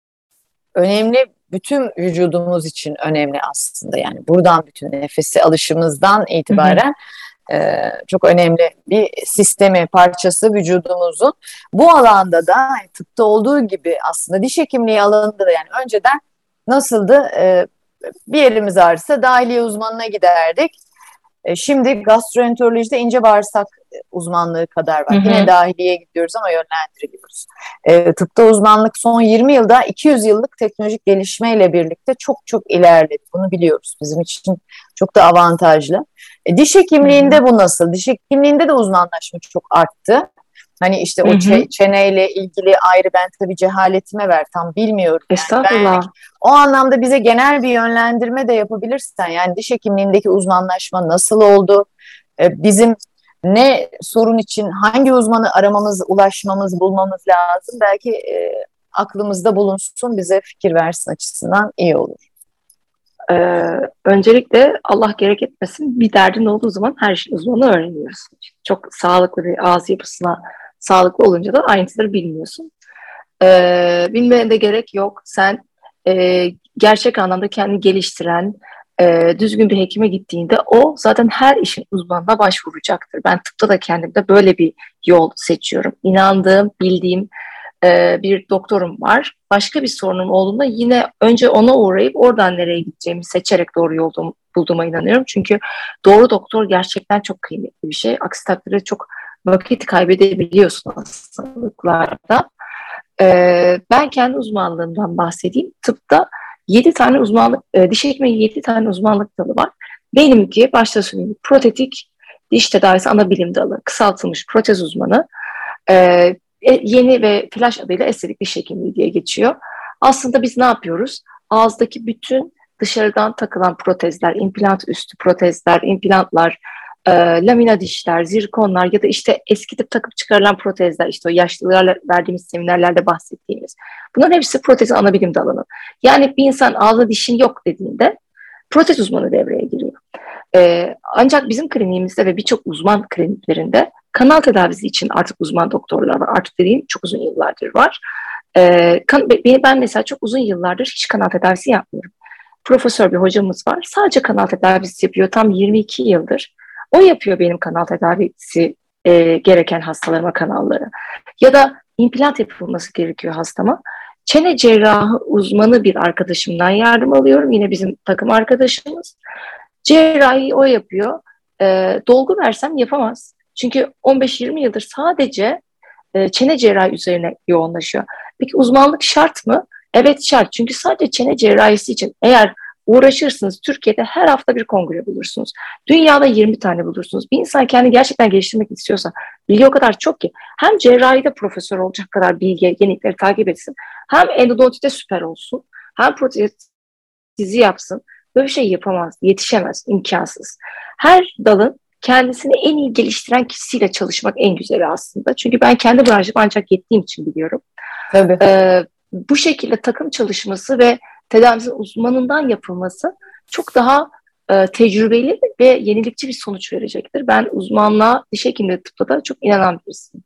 [SPEAKER 1] önemli, bütün vücudumuz için önemli aslında. Yani buradan bütün nefesi alışımızdan
[SPEAKER 2] Hı hı.
[SPEAKER 1] itibaren e, çok önemli bir sistemi, parçası vücudumuzun. Bu alanda da hani tıpta olduğu gibi aslında diş hekimliği alanında da yani önceden nasıldı? E, bir yerimiz ağrısa dahiliye uzmanına giderdik. E, şimdi gastroenterolojide ince bağırsak uzmanlığı kadar
[SPEAKER 2] Hı
[SPEAKER 1] var. Yine
[SPEAKER 2] hı.
[SPEAKER 1] dahiliyeye gidiyoruz ama yönlendiriliyoruz. E, tıpta uzmanlık son yirmi yılda iki yüz yıllık teknolojik gelişmeyle birlikte çok çok ilerledi. Bunu biliyoruz. Bizim için çok da avantajlı. E, diş
[SPEAKER 2] Hı hı.
[SPEAKER 1] hekimliğinde bu nasıl? Diş hekimliğinde de uzmanlaşma çok arttı. Hani işte
[SPEAKER 2] Hı
[SPEAKER 1] o
[SPEAKER 2] hı.
[SPEAKER 1] çe- çeneyle ilgili ayrı, ben tabii cehaletime ver tam bilmiyorum yani benlik.
[SPEAKER 2] Estağfurullah.
[SPEAKER 1] O anlamda bize genel bir yönlendirme de yapabilirsen, yani diş hekimliğindeki uzmanlaşma nasıl oldu? Ee, bizim ne sorun için hangi uzmanı aramamız, ulaşmamız, bulmamız lazım? Belki e, aklımızda bulunsun, bize fikir versin açısından iyi olur.
[SPEAKER 2] Ee, Öncelikle Allah gerek etmesin, bir derdin olduğu zaman her şeyin uzmanı öğreniyorsun. Çok sağlıklı bir ağız yapısına sağlıklı olunca da ayrıntıları bilmiyorsun. Ee, bilmene de gerek yok. Sen e, gerçek anlamda kendini geliştiren, e, düzgün bir hekime gittiğinde o zaten her işin uzmanına başvuracaktır. Ben tıpta da kendimde böyle bir yol seçiyorum. İnandığım, bildiğim e, bir doktorum var. Başka bir sorunum olduğunda yine önce ona uğrayıp oradan nereye gideceğimi seçerek doğru yolu bulduğuma inanıyorum. Çünkü doğru doktor gerçekten çok kıymetli bir şey. Aksi takdirde çok vakit kaybedebiliyorsun hastalıklarda. Ee, ben kendi uzmanlığımdan bahsedeyim. Tıpta yedi tane uzmanlık, e, diş hekimliği yedi tane uzmanlık dalı var. Benimki başta söyleyeyim, protetik diş tedavisi ana bilim dalı, kısaltılmış protez uzmanı. Ee, e, Yeni ve flash adıyla estetik diş hekimliği diye geçiyor. Aslında biz ne yapıyoruz? Ağızdaki bütün dışarıdan takılan protezler, implant üstü protezler, implantlar, e, lamina dişler, zirkonlar ya da işte eskitip takıp çıkarılan protezler, işte o yaşlılarla verdiğimiz seminerlerde bahsettiğimiz. Bunların hepsi protezin ana bilim dalının. Yani bir insan ağzında dişin yok dediğinde protez uzmanı devreye giriyor. Ee, ancak bizim kliniğimizde ve birçok uzman kliniklerinde kanal tedavisi için artık uzman doktorlar var. Artık dediğim çok uzun yıllardır var. Ee, kan, ben mesela çok uzun yıllardır hiç kanal tedavisi yapmıyorum. Profesör bir hocamız var. Sadece kanal tedavisi yapıyor. Tam yirmi iki yıldır. O yapıyor benim kanal tedavisi e, gereken hastalarıma kanalları. Ya da implant yapılması gerekiyor hastama. Çene cerrahı uzmanı bir arkadaşımdan yardım alıyorum. Yine bizim takım arkadaşımız. Cerrahi o yapıyor. E, dolgu versem yapamaz. Çünkü on beş yirmi yıldır sadece e, çene cerrahi üzerine yoğunlaşıyor. Peki uzmanlık şart mı? Evet şart. Çünkü sadece çene cerrahisi için eğer uğraşırsınız Türkiye'de her hafta bir kongre bulursunuz. Dünyada yirmi tane bulursunuz. Bir insan kendini gerçekten geliştirmek istiyorsa bilgi o kadar çok ki hem cerrahide profesör olacak kadar bilgi, yenilikleri takip etsin. Hem endodontite süper olsun. Hem protezi yapsın. Böyle bir şey yapamaz, yetişemez, imkansız. Her dalın kendisini en iyi geliştiren kişisiyle çalışmak en güzeli aslında. Çünkü ben kendi branşıma ancak yettiğim için biliyorum.
[SPEAKER 1] Tabii.
[SPEAKER 2] Ee, Bu şekilde takım çalışması ve tedavisi uzmanından yapılması çok daha e, tecrübeli ve yenilikçi bir sonuç verecektir. Ben uzmanlığa, diş hekimliği tıpta da çok inanan birisiyim.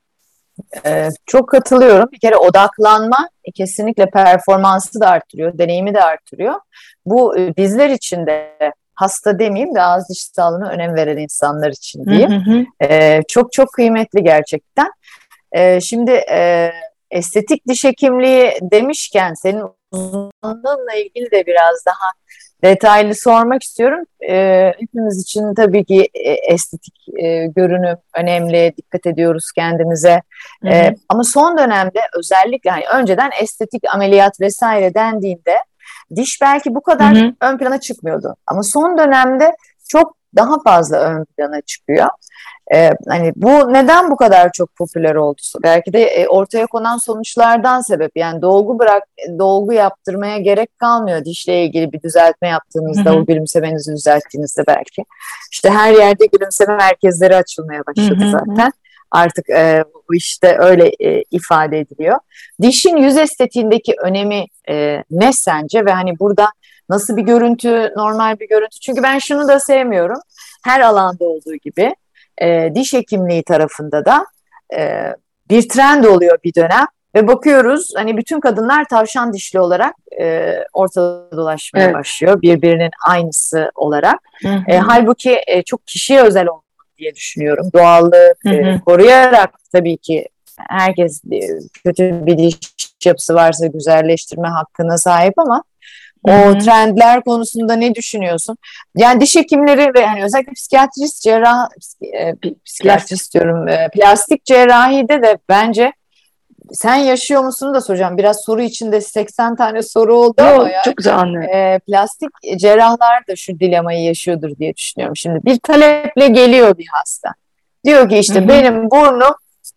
[SPEAKER 1] Ee, çok katılıyorum. Bir kere odaklanma e, kesinlikle performansı da arttırıyor, deneyimi de arttırıyor. Bu e, bizler için de, hasta demeyeyim de ağız diş sağlığına önem veren insanlar için
[SPEAKER 2] Hı
[SPEAKER 1] diyeyim.
[SPEAKER 2] hı hı.
[SPEAKER 1] Ee, çok çok kıymetli gerçekten. Ee, şimdi e, estetik diş hekimliği demişken senin uzmanlığınla ilgili de biraz daha detaylı sormak istiyorum. Ee, hepimiz için tabii ki e, estetik e, görünüm önemli, dikkat ediyoruz kendimize.
[SPEAKER 2] Hı
[SPEAKER 1] Ee,
[SPEAKER 2] hı.
[SPEAKER 1] ama son dönemde özellikle hani önceden estetik ameliyat vesaire dendiğinde diş belki bu
[SPEAKER 2] Hı
[SPEAKER 1] kadar
[SPEAKER 2] hı.
[SPEAKER 1] ön plana çıkmıyordu. Ama son dönemde çok daha fazla ön plana çıkıyor. Ee, hani bu neden bu kadar çok popüler oldu? Belki de e, ortaya konan sonuçlardan sebep. Yani dolgu bırak, dolgu yaptırmaya gerek kalmıyor. Dişle ilgili bir düzeltme
[SPEAKER 2] Hı
[SPEAKER 1] yaptığınızda, o
[SPEAKER 2] hı.
[SPEAKER 1] gülümsemenizi düzelttiğinizde belki. İşte her yerde gülümseme merkezleri açılmaya
[SPEAKER 2] Hı
[SPEAKER 1] başladı
[SPEAKER 2] hı.
[SPEAKER 1] zaten. Artık e, bu işte öyle e, ifade ediliyor. Dişin yüz estetiğindeki önemi e, ne sence? Ve hani burada nasıl bir görüntü, normal bir görüntü? Çünkü ben şunu da sevmiyorum. Her alanda olduğu gibi e, diş hekimliği tarafında da e, bir trend oluyor bir dönem. Ve bakıyoruz hani bütün kadınlar tavşan dişli olarak e, ortada dolaşmaya
[SPEAKER 2] Evet.
[SPEAKER 1] başlıyor. Birbirinin aynısı olarak.
[SPEAKER 2] Hı hı.
[SPEAKER 1] E, halbuki e, çok kişiye özel olmalı diye düşünüyorum. Doğallığı
[SPEAKER 2] Hı
[SPEAKER 1] e,
[SPEAKER 2] hı.
[SPEAKER 1] koruyarak tabii ki herkes e, kötü bir diş yapısı varsa güzelleştirme hakkına sahip ama
[SPEAKER 2] Hı
[SPEAKER 1] o
[SPEAKER 2] hı.
[SPEAKER 1] trendler konusunda ne düşünüyorsun? Yani diş hekimleri ve hani özellikle psikiyatrist cerrah, e, psikiyatrist diyorum, e, plastik cerrahide de bence sen yaşıyor musun da soracağım. Biraz soru içinde seksen tane soru oldu ama
[SPEAKER 2] Yok,
[SPEAKER 1] yani
[SPEAKER 2] çok güzel anlıyorum.
[SPEAKER 1] e, plastik cerrahlar da şu dilemayı yaşıyordur diye düşünüyorum. Şimdi bir taleple geliyor bir hasta. Diyor ki
[SPEAKER 2] Hı
[SPEAKER 1] işte
[SPEAKER 2] hı.
[SPEAKER 1] benim burnum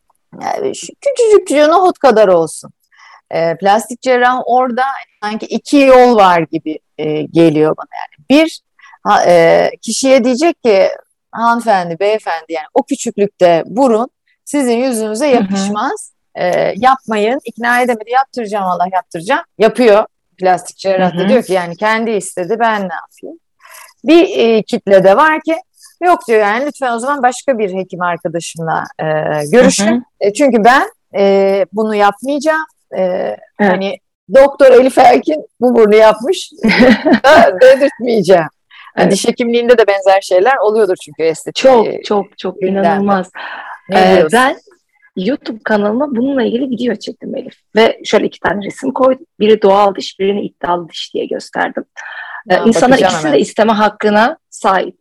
[SPEAKER 1] yani şu küçücük küçücük nohut kadar olsun. E, plastik cerrah orada sanki iki yol var gibi e, geliyor bana yani. Bir ha, e, kişiye diyecek ki hanımefendi, beyefendi yani o küçüklükte burun sizin yüzünüze
[SPEAKER 2] Hı hı.
[SPEAKER 1] yakışmaz. E, yapmayın. İkna edemedi. Yaptıracağım Allah yaptıracağım. Yapıyor. Plastik
[SPEAKER 2] Hı
[SPEAKER 1] cerrah da
[SPEAKER 2] hı.
[SPEAKER 1] diyor ki yani kendi istedi ben ne yapayım? Bir e, kitle de var ki yok diyor yani lütfen o zaman başka bir hekim arkadaşımla e,
[SPEAKER 2] Hı
[SPEAKER 1] görüşün.
[SPEAKER 2] hı.
[SPEAKER 1] E, çünkü ben e, bunu yapmayacağım. E,
[SPEAKER 2] Evet.
[SPEAKER 1] hani Doktor Elif Erkin bu burnu yapmış da dedirtmeyeceğim. Yani
[SPEAKER 2] Evet.
[SPEAKER 1] diş hekimliğinde de benzer şeyler oluyordur çünkü estetik
[SPEAKER 2] Çok
[SPEAKER 1] e,
[SPEAKER 2] çok çok
[SPEAKER 1] gündemde.
[SPEAKER 2] inanılmaz.
[SPEAKER 1] Ne
[SPEAKER 2] Ee,
[SPEAKER 1] diyorsun?
[SPEAKER 2] ben YouTube kanalıma bununla ilgili video çektim Elif. Ve şöyle iki tane resim koydum. Biri doğal diş, birini iddialı diş diye gösterdim. Ee,
[SPEAKER 1] Ha,
[SPEAKER 2] insanlar
[SPEAKER 1] bakacağım
[SPEAKER 2] ikisini de
[SPEAKER 1] hemen.
[SPEAKER 2] isteme hakkına sahip.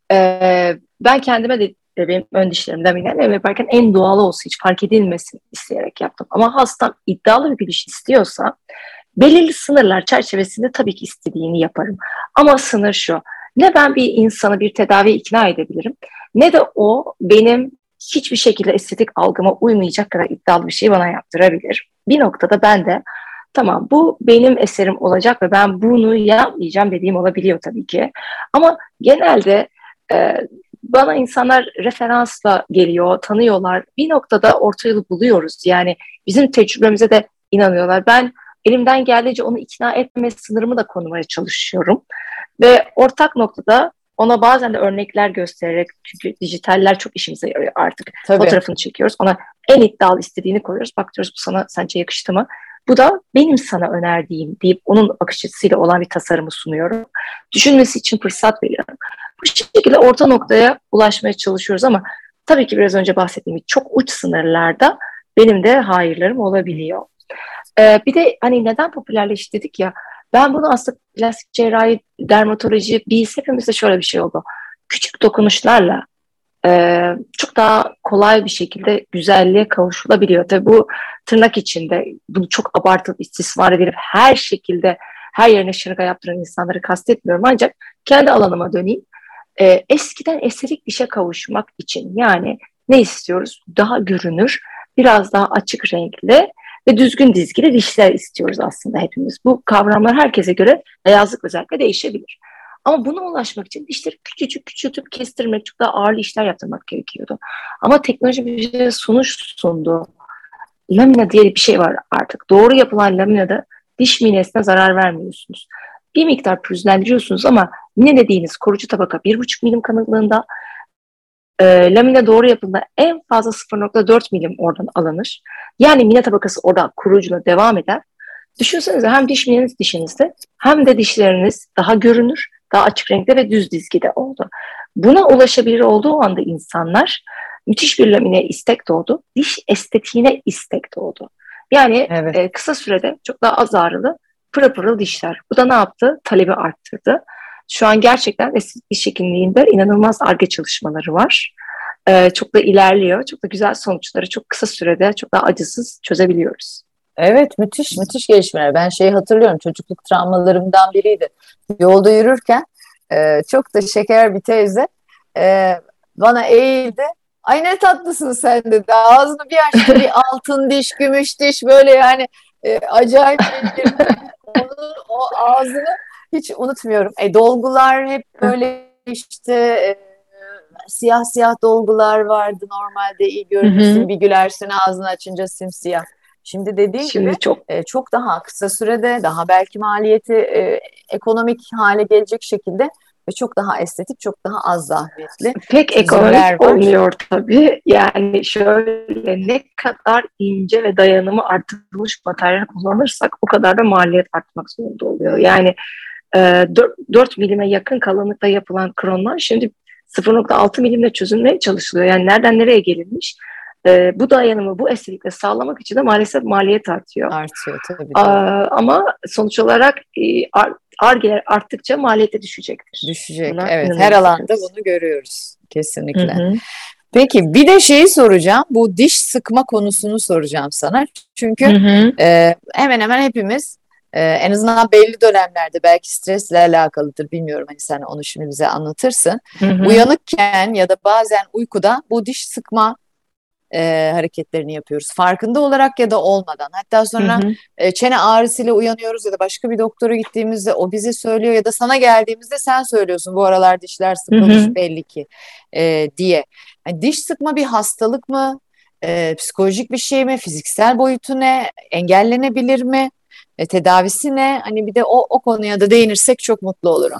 [SPEAKER 2] Ee, ben kendime de, de benim ön dişlerimden birine yaparken en doğalı olsun, hiç fark edilmesin isteyerek yaptım. Ama hastam iddialı bir diş istiyorsa belirli sınırlar çerçevesinde tabii ki istediğini yaparım. Ama sınır şu: ne ben bir insanı bir tedaviye ikna edebilirim, ne de o benim hiçbir şekilde estetik algıma uymayacak kadar iddialı bir şey bana yaptırabilir. Bir noktada ben de tamam, bu benim eserim olacak ve ben bunu yapmayacağım dediğim olabiliyor tabii ki. Ama genelde e, bana insanlar referansla geliyor, tanıyorlar. Bir noktada orta yolu buluyoruz. Yani bizim tecrübemize de inanıyorlar. Ben elimden geldiğince onu ikna etmeme sınırımı da konumaya çalışıyorum. Ve ortak noktada ona bazen de örnekler göstererek, çünkü dijitaller çok işimize yarıyor artık.
[SPEAKER 1] Tabii.
[SPEAKER 2] Fotoğrafını çekiyoruz, ona en iddialı istediğini koyuyoruz. Bak diyoruz, bu sana sence yakıştı mı? Bu da benim sana önerdiğim deyip onun bakış açısıyla olan bir tasarımı sunuyorum. Düşünmesi için fırsat veriyorum. Bu şekilde orta noktaya ulaşmaya çalışıyoruz ama tabii ki biraz önce bahsettiğim gibi çok uç sınırlarda benim de hayırlarım olabiliyor. Ee, bir de hani neden popülerleşti dedik ya, ben bunu aslında plastik cerrahi, dermatoloji, biz hepimizde şöyle bir şey oldu. Küçük dokunuşlarla e, çok daha kolay bir şekilde güzelliğe kavuşulabiliyor. Tabii bu tırnak içinde, bunu çok abartılı istismar edilip her şekilde her yerine şırınga yaptıran insanları kastetmiyorum, ancak kendi alanıma döneyim. E, eskiden estetik dişe kavuşmak için yani ne istiyoruz? Daha görünür, biraz daha açık renkli ve düzgün dizgili dişler istiyoruz aslında hepimiz. Bu kavramlar herkese göre beyazlık özellikle değişebilir. Ama buna ulaşmak için dişleri küçücük küçültüp kestirmek, çok daha ağırlı işler yaptırmak gerekiyordu. Ama teknoloji bize sunuş sundu. Lamina diye bir şey var artık. Doğru yapılan laminada diş minesine zarar vermiyorsunuz. Bir miktar pürüzlendiriyorsunuz ama mine dediğiniz koruyucu tabaka bir buçuk milim kalınlığında. E, lamine doğru yapıldığında en fazla sıfır nokta dört milim oradan alınır. Yani mine tabakası orada koruyuculuğa devam eder. Düşünsenize, hem diş mineniz dişinizde hem de dişleriniz daha görünür, daha açık renkte ve düz dizgide oldu. Buna ulaşabilir olduğu anda insanlar, müthiş bir lamine istek doğdu. Diş estetiğine istek doğdu. Yani
[SPEAKER 1] Evet.
[SPEAKER 2] e, kısa sürede çok daha az ağrılı, pırıl pırıl dişler. Bu da ne yaptı? Talebi arttırdı. Şu an gerçekten estetik diş hekimliğinde inanılmaz Ar-Ge çalışmaları var. E, çok da ilerliyor. Çok da güzel sonuçları çok kısa sürede, çok daha acısız çözebiliyoruz.
[SPEAKER 1] Evet, müthiş müthiş gelişmeler. Ben şeyi hatırlıyorum, çocukluk travmalarımdan biriydi. Yolda yürürken e, çok da şeker bir teyze e, bana eğildi. Ay ne tatlısın sen dedi. Ağzını bir açtı, bir altın diş, gümüş diş böyle yani e, acayip bir onun o ağzını hiç unutmuyorum. E, dolgular hep böyle işte e, siyah siyah dolgular vardı. Normalde iyi
[SPEAKER 2] Hı hı.
[SPEAKER 1] görünürsün, bir gülersin ağzını açınca simsiyah. Şimdi dediğin gibi
[SPEAKER 2] Şimdi çok
[SPEAKER 1] e, çok daha kısa sürede daha belki maliyeti e, ekonomik hale gelecek şekilde ve çok daha estetik, çok daha az zahmetli
[SPEAKER 2] Pek
[SPEAKER 1] çözümler
[SPEAKER 2] ekonomik
[SPEAKER 1] var.
[SPEAKER 2] olmuyor tabii. Yani şöyle, ne kadar ince ve dayanımı artırılmış materyal kullanırsak o kadar da maliyet artmak zorunda oluyor. Yani e, dört milime yakın kalınlıkta yapılan kronlar şimdi sıfır nokta altı milimle çözülmeye çalışılıyor. Yani nereden nereye gelinmiş? E, bu dayanımı, bu estetikle sağlamak için de maalesef maliyet artıyor.
[SPEAKER 1] Artıyor tabii,
[SPEAKER 2] Aa,
[SPEAKER 1] doğru.
[SPEAKER 2] ama sonuç olarak e, Ar-Ge'ler arttıkça maliyete düşecektir.
[SPEAKER 1] Düşecek.
[SPEAKER 2] Buna
[SPEAKER 1] Evet, her alanda
[SPEAKER 2] inanabilirsiniz.
[SPEAKER 1] bunu görüyoruz
[SPEAKER 2] Hı
[SPEAKER 1] kesinlikle.
[SPEAKER 2] hı.
[SPEAKER 1] Peki bir de şeyi soracağım. Bu diş sıkma konusunu soracağım sana. Çünkü
[SPEAKER 2] Hı hı.
[SPEAKER 1] e, hemen hemen hepimiz e, en azından belli dönemlerde belki stresle alakalıdır. Bilmiyorum, hani sen onu şimdi bize anlatırsın.
[SPEAKER 2] Hı hı.
[SPEAKER 1] Uyanıkken ya da bazen uykuda bu diş sıkma e, hareketlerini yapıyoruz. Farkında olarak ya da olmadan. Hatta
[SPEAKER 2] Hı
[SPEAKER 1] sonra
[SPEAKER 2] hı.
[SPEAKER 1] e, çene ağrısıyla uyanıyoruz ya da başka bir doktora gittiğimizde o bize söylüyor ya da sana geldiğimizde sen söylüyorsun bu aralar dişler
[SPEAKER 2] Hı
[SPEAKER 1] sıkılmış
[SPEAKER 2] hı.
[SPEAKER 1] belli ki e, diye. Yani diş sıkma bir hastalık mı? E, psikolojik bir şey mi? Fiziksel boyutu ne? Engellenebilir mi? E, tedavisi ne? Hani bir de o, o konuya da değinirsek çok mutlu olurum.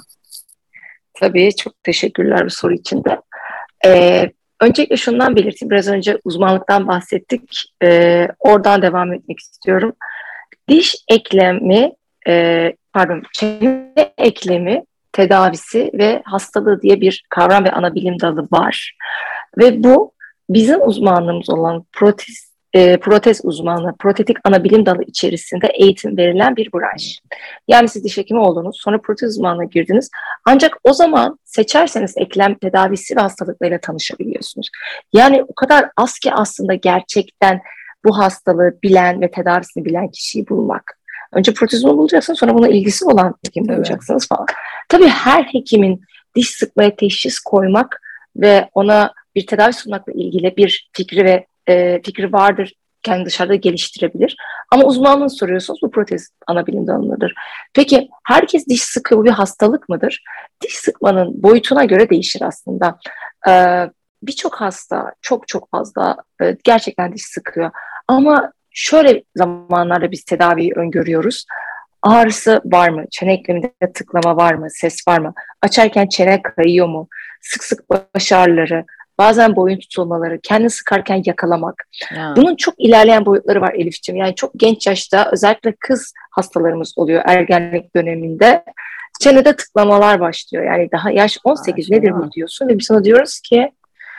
[SPEAKER 2] Tabii, çok teşekkürler bu soru için de. Ee, öncelikle şundan belirteyim. Biraz önce uzmanlıktan bahsettik. Ee, oradan devam etmek istiyorum. Diş eklemi, e, pardon, çene eklemi tedavisi ve hastalığı diye bir kavram ve ana bilim dalı var. Ve bu bizim uzmanlığımız olan protez, e, protez uzmanlığı, protetik ana bilim dalı içerisinde eğitim verilen bir branş. Yani siz diş hekimi oldunuz, sonra protez uzmanlığına girdiniz. Ancak o zaman seçerseniz eklem tedavisi ve hastalıklarıyla tanışabiliyorsunuz. Yani o kadar az ki aslında gerçekten bu hastalığı bilen ve tedavisini bilen kişiyi bulmak. Önce protezini bulacaksınız, sonra buna ilgisi olan hekim
[SPEAKER 1] Tabii.
[SPEAKER 2] bulacaksınız falan. Tabii her hekimin diş sıkmaya teşhis koymak ve ona bir tedavi sunmakla ilgili bir fikri ve e, fikri vardır, kendi dışarıda geliştirebilir. Ama uzmanlığını soruyorsunuz, bu protez ana bilim dalındadır. Peki herkes diş sıkıyor, bu bir hastalık mıdır? Diş sıkmanın boyutuna göre değişir aslında. Ee, Birçok hasta çok çok fazla e, gerçekten diş sıkıyor. Ama şöyle zamanlarda biz tedaviyi öngörüyoruz. Ağrısı var mı? Çene ekleminde tıklama var mı? Ses var mı? Açarken çene kayıyor mu? Sık sık baş ağrıları, bazen boyun tutulmaları, kendini sıkarken yakalamak.
[SPEAKER 1] Ya,
[SPEAKER 2] Bunun çok ilerleyen boyutları var Elif'ciğim. Yani çok genç yaşta özellikle kız hastalarımız oluyor ergenlik döneminde. Çenede tıklamalar başlıyor. Yani daha yaş on sekiz nedir bu
[SPEAKER 1] maşallah.
[SPEAKER 2] diyorsun ve biz sana diyoruz ki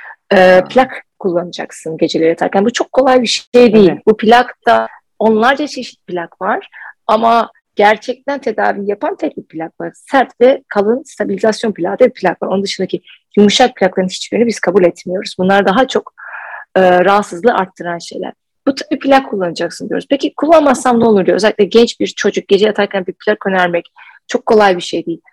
[SPEAKER 2] e,
[SPEAKER 1] Ya,
[SPEAKER 2] plak kullanacaksın geceleri yatarken. Bu çok kolay bir şey değil.
[SPEAKER 1] tabii.
[SPEAKER 2] Bu plakta onlarca çeşit plak var ama gerçekten tedavi yapan tek bir plak var. Sert ve kalın stabilizasyon plağı diye bir plak var. Onun dışındaki yumuşak plakların hiçbirini biz kabul etmiyoruz. Bunlar daha çok e, rahatsızlığı arttıran şeyler. Bu tip bir plak kullanacaksın diyoruz. Peki kullanmazsam ne olur diyor. Özellikle genç bir çocuk gece yatarken bir plak önermek çok kolay bir şey değil.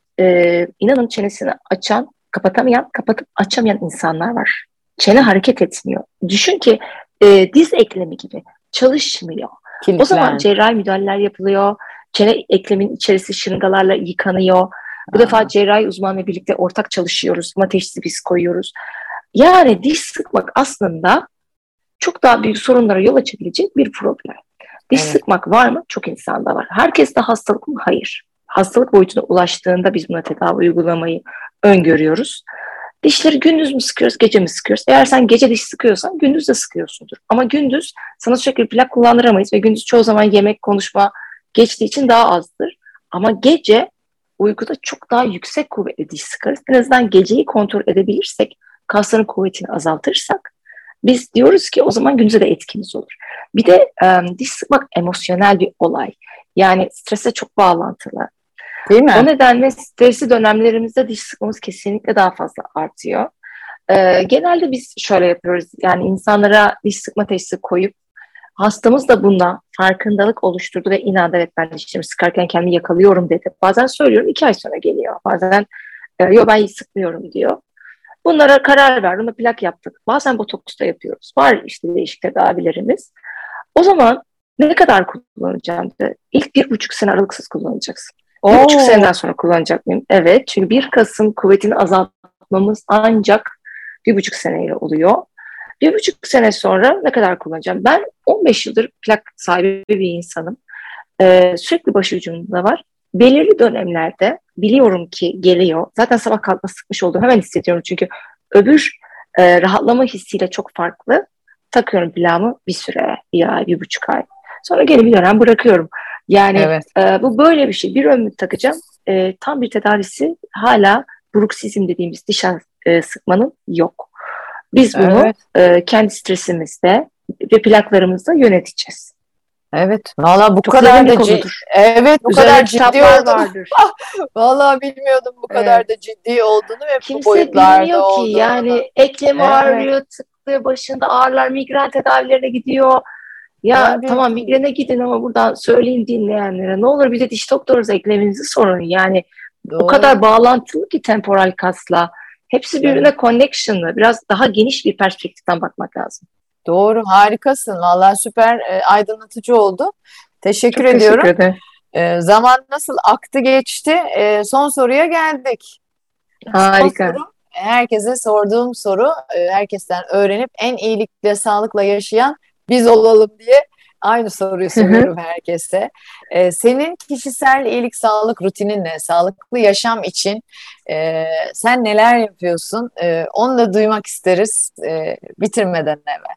[SPEAKER 2] Ee, inanın çenesini açan, kapatamayan, kapatıp açamayan insanlar var. Çene hareket etmiyor. Düşün ki e, diz eklemi gibi çalışmıyor. O zaman
[SPEAKER 1] Kilitlen.
[SPEAKER 2] cerrahi müdahaleler yapılıyor. Çene eklemin içerisi şırıngalarla yıkanıyor. Bu defa
[SPEAKER 1] Aa,
[SPEAKER 2] cerrahi uzmanla birlikte ortak çalışıyoruz. Ama teşhisi biz koyuyoruz. Yani diş sıkmak aslında çok daha büyük sorunlara yol açabilecek bir problem. Diş
[SPEAKER 1] evet.
[SPEAKER 2] sıkmak var mı? Çok insanda var. Herkeste hastalık mı? Hayır. Hastalık boyutuna ulaştığında biz buna tedavi uygulamayı öngörüyoruz. Dişleri gündüz mü sıkıyoruz, gece mi sıkıyoruz? Eğer sen gece diş sıkıyorsan gündüz de sıkıyorsundur. Ama gündüz sana sürekli plak kullandıramayız ve gündüz çoğu zaman yemek, konuşma geçtiği için daha azdır. Ama gece uykuda çok daha yüksek kuvvetli diş sıkarız. En azından geceyi kontrol edebilirsek, kasların kuvvetini azaltırsak biz diyoruz ki o zaman gündüze de etkimiz olur. Bir de e, diş sıkmak emosyonel bir olay. Yani strese çok bağlantılı.
[SPEAKER 1] Değil
[SPEAKER 2] O
[SPEAKER 1] mi?
[SPEAKER 2] nedenle stresli dönemlerimizde diş sıkmamız kesinlikle daha fazla artıyor. Ee, genelde biz şöyle yapıyoruz. Yani insanlara diş sıkma teşhisi koyup hastamız da bunda farkındalık oluşturdu ve inandı, evet ben dişlerimi sıkarken kendimi yakalıyorum dedi. Bazen söylüyorum, iki ay sonra geliyor. Bazen e, yok ben hiç sıkmıyorum diyor. Bunlara karar verdim. Ona plak yaptık. Bazen botoks da yapıyoruz. Var işte değişik tedavilerimiz. O zaman ne kadar kullanacağım? İlk bir buçuk sene aralıksız kullanacaksın. Bir buçuk
[SPEAKER 1] Oo,
[SPEAKER 2] seneden sonra kullanacak mıyım? Evet. Çünkü bir kasın kuvvetini azaltmamız ancak bir buçuk seneyle oluyor. Bir buçuk sene sonra ne kadar kullanacağım? Ben on beş yıldır plak sahibi bir insanım. Ee, sürekli başucumda var. belirli dönemlerde biliyorum ki geliyor. Zaten sabah kalkma sıkmış olduğum hemen hissediyorum çünkü öbür e, rahatlama hissiyle çok farklı. Takıyorum plağımı bir süre, bir ay, bir buçuk ay. Sonra geri bir dönem bırakıyorum. Yani
[SPEAKER 1] Evet.
[SPEAKER 2] e, bu böyle bir şey. Bir ömür takacağım. E, tam bir tedavisi hala bruksizm dediğimiz diş e, sıkmanın yok. Biz bunu
[SPEAKER 1] Evet.
[SPEAKER 2] e, kendi stresimizde ve plaklarımızla yöneteceğiz.
[SPEAKER 1] Evet. Valla bu
[SPEAKER 2] Çok
[SPEAKER 1] kadar da
[SPEAKER 2] ciddi.
[SPEAKER 1] evet bu
[SPEAKER 2] Üzerine
[SPEAKER 1] kadar ciddi olduğunu
[SPEAKER 2] vardır.
[SPEAKER 1] Valla bilmiyordum bu
[SPEAKER 2] Evet.
[SPEAKER 1] kadar da ciddi olduğunu ve bu
[SPEAKER 2] Kimse
[SPEAKER 1] boyutlarda
[SPEAKER 2] bilmiyor ki
[SPEAKER 1] olduğunu.
[SPEAKER 2] yani eklemi
[SPEAKER 1] Evet.
[SPEAKER 2] ağrıyor, tıklıyor, başında ağrılar, migren tedavilerine gidiyor. Ya
[SPEAKER 1] Tabii.
[SPEAKER 2] tamam migrene gidin ama buradan söyleyin dinleyenlere. Ne olur bir de diş doktorunuza ekleminizi sorun. Yani
[SPEAKER 1] Doğru.
[SPEAKER 2] o kadar bağlantılı ki temporal kasla. Hepsi birbirine
[SPEAKER 1] Evet.
[SPEAKER 2] connection'lı. Biraz daha geniş bir perspektiften bakmak lazım.
[SPEAKER 1] Doğru, harikasın. Valla süper e, aydınlatıcı oldu. Teşekkür
[SPEAKER 2] Çok
[SPEAKER 1] ediyorum.
[SPEAKER 2] teşekkür ederim.
[SPEAKER 1] E, zaman nasıl aktı geçti? E, son soruya geldik.
[SPEAKER 2] Harika.
[SPEAKER 1] Son soru, herkese sorduğum soru, e, herkesten öğrenip en iyilikle, sağlıkla yaşayan biz olalım diye aynı soruyu soruyorum herkese. E, senin kişisel iyilik sağlık rutinin ne? Sağlıklı yaşam için e, sen neler yapıyorsun? E, onu da duymak isteriz e, bitirmeden evvel.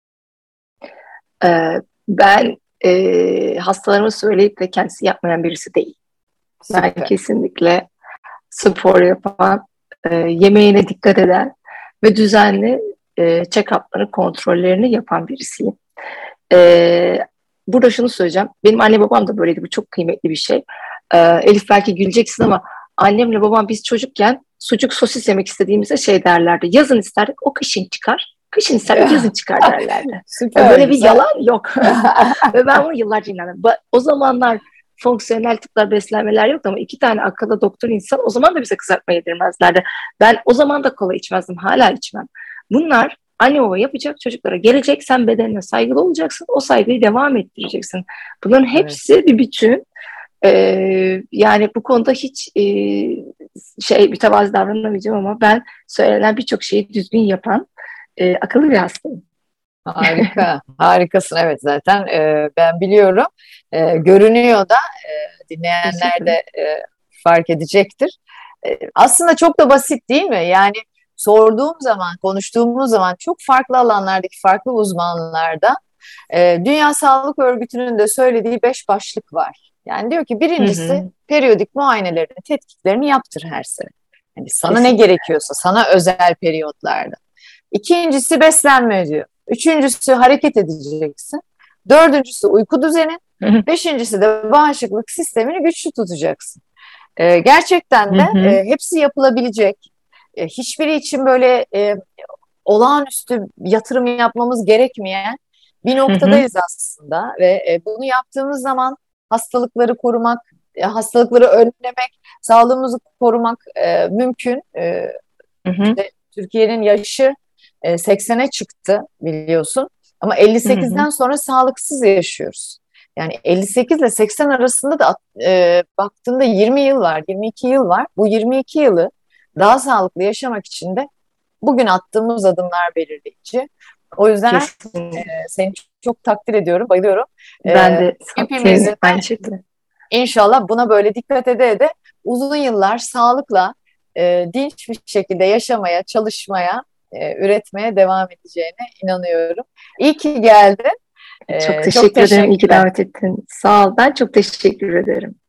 [SPEAKER 2] Ee, ben e, hastalarıma söyleyip de kendisi yapmayan birisi değil.
[SPEAKER 1] Süper.
[SPEAKER 2] Ben kesinlikle spor yapan, e, yemeğine dikkat eden ve düzenli e, check-up'ları, kontrollerini yapan birisiyim. E, burada şunu söyleyeceğim. Benim anne babam da böyleydi. Bu çok kıymetli bir şey. E, Elif belki güleceksin ama annemle babam biz çocukken sucuk sosis yemek istediğimizde şey derlerdi. Yazın isterdik, o kışın çıkar. Kışın isterdik, yazın çıkar derlerdi.
[SPEAKER 1] Süper,
[SPEAKER 2] Yani böyle
[SPEAKER 1] güzel.
[SPEAKER 2] bir yalan yok. Ve ben bunu yıllarca inandım. O zamanlar fonksiyonel tıplar, beslenmeler yoktu ama iki tane akıllı doktor insan o zaman da bize kızartma yedirmezlerdi. Ben o zaman da kola içmezdim, hala içmem. Bunlar anne baba yapacak, çocuklara gelecek, sen bedenine saygılı olacaksın, o saygıyı devam ettireceksin. Bunların hepsi evet. bir bütün. Ee, yani bu konuda hiç e, şey mütevazi davranamayacağım ama ben söylenen birçok şeyi düzgün yapan e, akıllı bir hastayım.
[SPEAKER 1] Harika, harikasın evet zaten e, ben biliyorum. E, görünüyor da e, dinleyenler de e, fark edecektir. E, aslında çok da basit değil mi? Yani sorduğum zaman, konuştuğumuz zaman çok farklı alanlardaki farklı uzmanlarda e, Dünya Sağlık Örgütü'nün de söylediği beş başlık var. Yani diyor ki birincisi hı hı. periyodik muayenelerini, tetkiklerini yaptır her sene. Yani sana Kesinlikle. ne gerekiyorsa, sana özel periyotlarda. İkincisi beslenme diyor. Üçüncüsü hareket edeceksin. Dördüncüsü uyku düzeni. Beşincisi de bağışıklık sistemini güçlü tutacaksın. Ee, gerçekten de e, hepsi yapılabilecek. E, hiçbiri için böyle e, olağanüstü yatırım yapmamız gerekmeyen bir noktadayız aslında. Ve e, bunu yaptığımız zaman hastalıkları korumak, e, hastalıkları önlemek, sağlığımızı korumak e, mümkün. E, işte, Türkiye'nin yaşı seksene çıktı biliyorsun ama elli sekizden hı hı. sonra sağlıksız yaşıyoruz. Yani elli sekiz ile seksen arasında da e, baktığında yirmi yıl var, yirmi iki yıl var. Bu yirmi iki yılı daha sağlıklı yaşamak için de bugün attığımız adımlar belirleyici. O yüzden e, seni çok takdir ediyorum, bayılıyorum.
[SPEAKER 2] Ben de
[SPEAKER 1] hepimizin aynı şekilde. İnşallah buna böyle dikkat ede de uzun yıllar sağlıkla e, dinç bir şekilde yaşamaya, çalışmaya, e, üretmeye devam edeceğine inanıyorum. İyi ki geldin.
[SPEAKER 2] Çok teşekkür çok ederim. İyi ki davet ettin. Sağ ol. Ben çok teşekkür ederim.